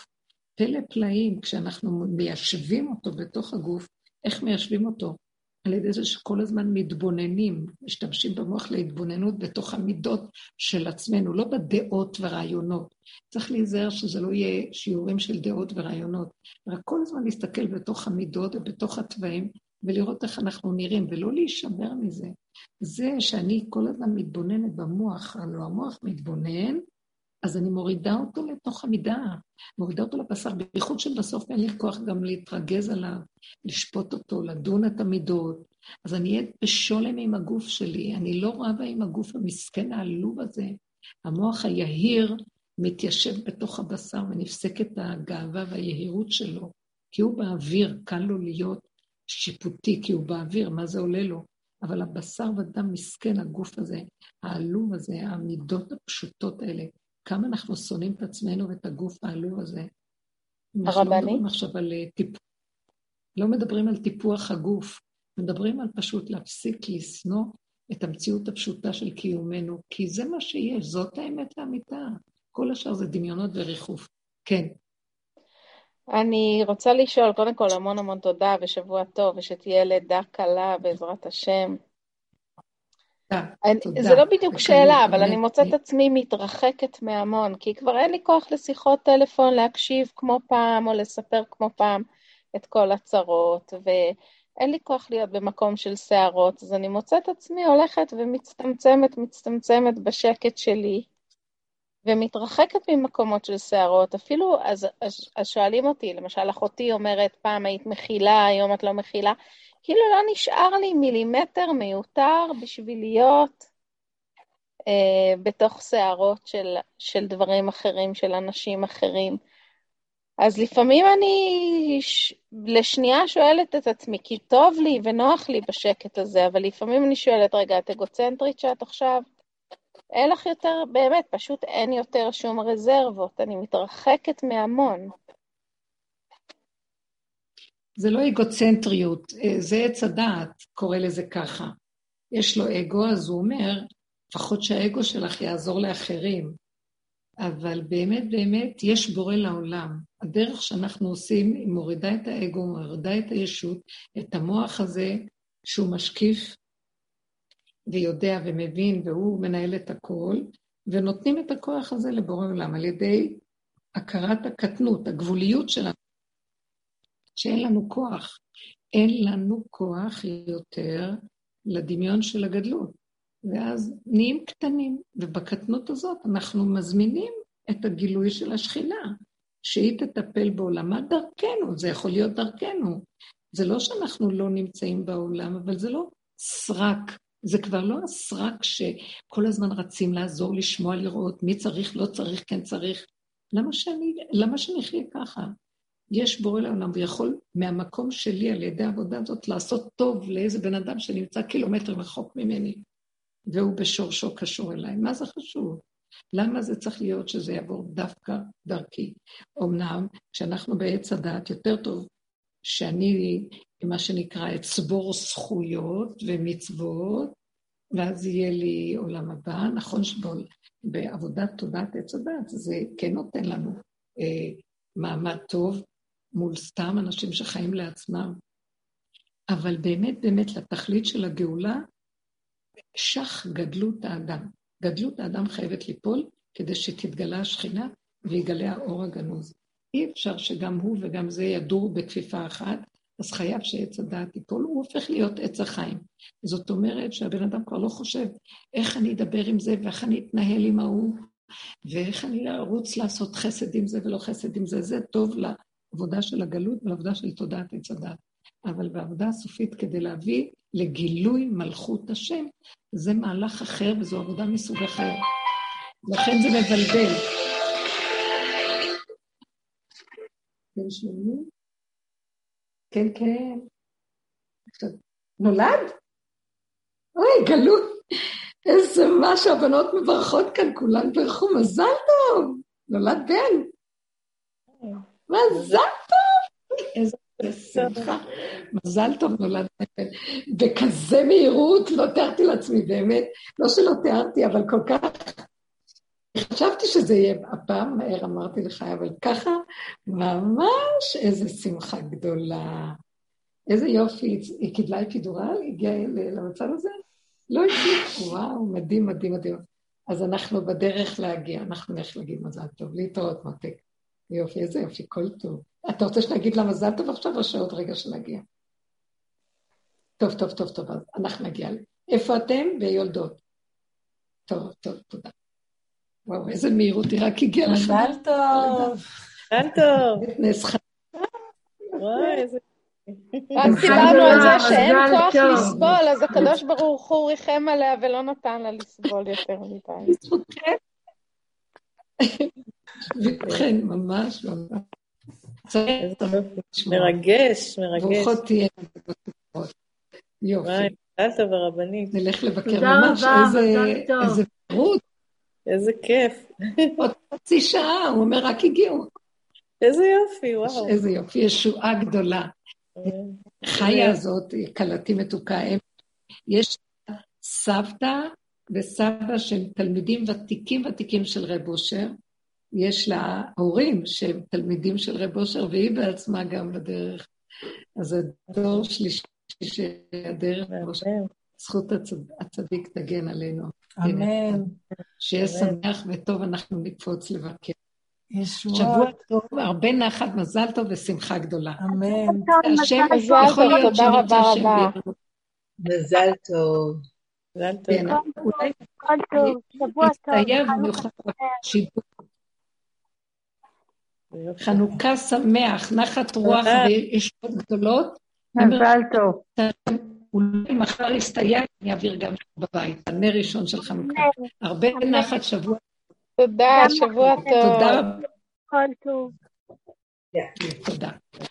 פלא פלאים, כשאנחנו מיישבים אותו בתוך הגוף, איך מיישבים אותו? על ידי זה שכל הזמן מתבוננים, משתמשים במוח להתבוננות בתוך המידות של עצמנו, לא בדעות ורעיונות. צריך להיזהר שזה לא יהיה שיעורים של דעות ורעיונות, רק כל הזמן להסתכל בתוך המידות ובתוך הטבעים, ולראות איך אנחנו נראים, ולא להישבר מזה. זה שאני כל הזמן מתבוננת במוח, הלוא המוח מתבונן, אז אני מורידה אותו לתוך המידה, מורידה אותו לבשר, בייחוד שבסוף אין לי כוח גם להתרגז עליו, לשפוט אותו, לדון את המידות, אז אני אהיה בשולם עם הגוף שלי, אני לא רבה עם הגוף המסכן העלוב הזה, המוח היהיר מתיישב בתוך הבשר ונפסק את הגאווה והיהירות שלו, כי הוא באוויר, קל לו להיות שיפוטי, כי הוא באוויר, מה זה עולה לו? אבל הבשר ודם מסכן, הגוף הזה, העלוב הזה, המידות הפשוטות האלה, כמה אנחנו שונאים את עצמנו ואת הגוף העלוב הזה. אנחנו לא מדברים עכשיו על טיפוח, לא מדברים על טיפוח הגוף, מדברים על פשוט להפסיק לשנוא את המציאות הפשוטה של קיומנו, כי זה מה שיש, זאת האמת לאמיתה. כל השאר זה דמיונות וריחוף. כן. אני רוצה לשאול, קודם כל המון המון תודה ושבוע טוב, ושתהיה לידה קלה בעזרת השם. אני, זה לא בדיוק שאלה, אבל אני מוצאת את עצמי מתרחקת מהמון, כי כבר אין לי כוח לשיחות טלפון להקשיב כמו פעם, או לספר כמו פעם את כל הצרות, ואין לי כוח להיות במקום של שערות, אז אני מוצאת את עצמי הולכת ומצטמצמת, מצטמצמת בשקט שלי, ומתרחקת ממקומות של שערות, אפילו אז, אז, אז שואלים אותי, למשל אחותי אומרת, פעם היית מכילה, היום את לא מכילה, כאילו לא נשאר לי מילימטר מיותר בשביל להיות אה, בתוך שערות של, של דברים אחרים, של אנשים אחרים. אז לפעמים אני ש... לשנייה שואלת את עצמי, כי טוב לי ונוח לי בשקט הזה, אבל לפעמים אני שואלת, רגע, את אגוצנטרית שאת עכשיו? אין לך יותר, באמת, פשוט אין יותר שום רזרבות, אני מתרחקת מהמון. זה לא אגוצנטריות, זה עץ הדעת, קורא לזה ככה. יש לו אגו, אז הוא אומר, לפחות שהאגו שלך יעזור לאחרים, אבל באמת באמת יש בורא לעולם. הדרך שאנחנו עושים היא מורידה את האגו, מורידה את הישות, את המוח הזה שהוא משקיף ויודע ומבין, והוא מנהל את הכל, ונותנים את הכוח הזה לבורא עולם, על ידי הכרת הקטנות, הגבוליות שלנו, שאין לנו כוח. אין לנו כוח יותר לדמיון של הגדלות. ואז נהיים קטנים, ובקטנות הזאת אנחנו מזמינים את הגילוי של השכינה, שהיא תטפל בעולמה דרכנו, זה יכול להיות דרכנו. זה לא שאנחנו לא נמצאים בעולם, אבל זה לא סרק, זה כבר לא הסרק שכל הזמן רצים לעזור, לשמוע, לראות מי צריך, לא צריך, כן צריך. למה שאני, למה שאני חיה ככה? יש בורא לעולם, ויכול מהמקום שלי על ידי העבודה הזאת לעשות טוב לאיזה בן אדם שנמצא קילומטר רחוק ממני, והוא בשורשו קשור אליי. מה זה חשוב? למה זה צריך להיות שזה יעבור דווקא דרכי? אמנם, כשאנחנו בעץ הדעת יותר טוב, שאני, מה שנקרא, אצבור זכויות ומצוות, ואז יהיה לי עולם הבא, נכון שבעבודת תודעת עץ הדעת, זה כן נותן לנו אה, מעמד טוב, מול סתם אנשים שחיים לעצמם. אבל באמת, באמת, לתכלית של הגאולה, שח גדלות האדם. גדלות האדם חייבת ליפול, כדי שתתגלה השכינה, ויגלה האור הגנוז. אי אפשר שגם הוא וגם זה ידורו בכפיפה אחת, אז חייב שעץ הדעת ייפול, הוא הופך להיות עץ החיים. זאת אומרת שהבן אדם כבר לא חושב, איך אני אדבר עם זה, ואיך אני אתנהל עם ההוא, ואיך אני ארוץ לעשות חסד עם זה ולא חסד עם זה, זה טוב לעבודה של הגלות ולעבודה של תודעת עץ הדעת. אבל בעבודה הסופית כדי להביא לגילוי מלכות השם, זה מהלך אחר וזו עבודה מסוג אחר. לכן זה מבלבל. כן שלומי? כן, כן. נולד? אוי, גלות. איזה מה שהבנות מברכות כאן, כולן ברכו, מזל טוב. נולד בן. מזל טוב. איזה שמחה. מזל טוב נולד בן. בכזה מהירות, לא תיארתי לעצמי באמת. לא שלא תיארתי, אבל כל כך חשבתי שזה יהיה הפעם מהר, אמרתי לך, אבל ככה ממש איזה שמחה גדולה. איזה יופי, היא קיבלה אפידורל, הגיעה למצב הזה? לא הצליח, וואו, מדהים, מדהים, מדהים. אז אנחנו בדרך להגיע, אנחנו נלך להגיד מזל טוב, להתראות מותק. יופי, איזה יופי, כל טוב. אתה רוצה שנגיד לה מזל טוב עכשיו או שעוד רגע שנגיע? טוב, טוב, טוב, טוב, אז אנחנו נגיע. איפה אתם? ביולדות. טוב, טוב, תודה. וואו, איזה מהירות, היא רק הגיעה לך. מזל טוב. מזל טוב. נס חיים. וואי, איזה... רק דיברנו על זה שאין כוח לסבול, אז הקדוש ברוך הוא ריחם עליה ולא נתן לה לסבול יותר מדי. זכותכם. זכותכם, ממש ממש. מרגש, מרגש. ברוכות תהיה. יופי. וואי, מזל טוב הרבנית. נלך לבקר תודה ממש, רבה, איזה, מזל טוב. איזה פירוט. איזה כיף. עוד חצי שעה, הוא אומר, רק הגיעו. איזה יופי, וואו. איזה יופי, ישועה גדולה. חיה הזאת, קלתי מתוקה, יש סבתא וסבא שהם תלמידים ותיקים ותיקים של רב אושר, יש לה הורים שהם תלמידים של רב אושר, והיא בעצמה גם בדרך. אז זה דור שלישי שהדרך אושר. זכות הצד... הצדיק תגן עלינו. אמן. שיהיה שמח וטוב, אנחנו נקפוץ לבקר. ישועות. שבוע טוב, הרבה נחת, מזל טוב ושמחה גדולה. אמן. השם מזל יכול טוב, להיות תודה רבה שרוצה השם רבה. בינו. מזל טוב. מזל טוב. כן, אולי כל טוב, שבוע טוב. נסתייע במיוחד בשידור. חנוכה שמח, נחת רוח וישועות גדולות. מזל טוב. אולי מחר יסתייע, אני אעביר גם בבית, הנר ראשון של חנוכה. הרבה נחת שבוע. תודה, שבוע טוב. תודה. כל טוב. תודה.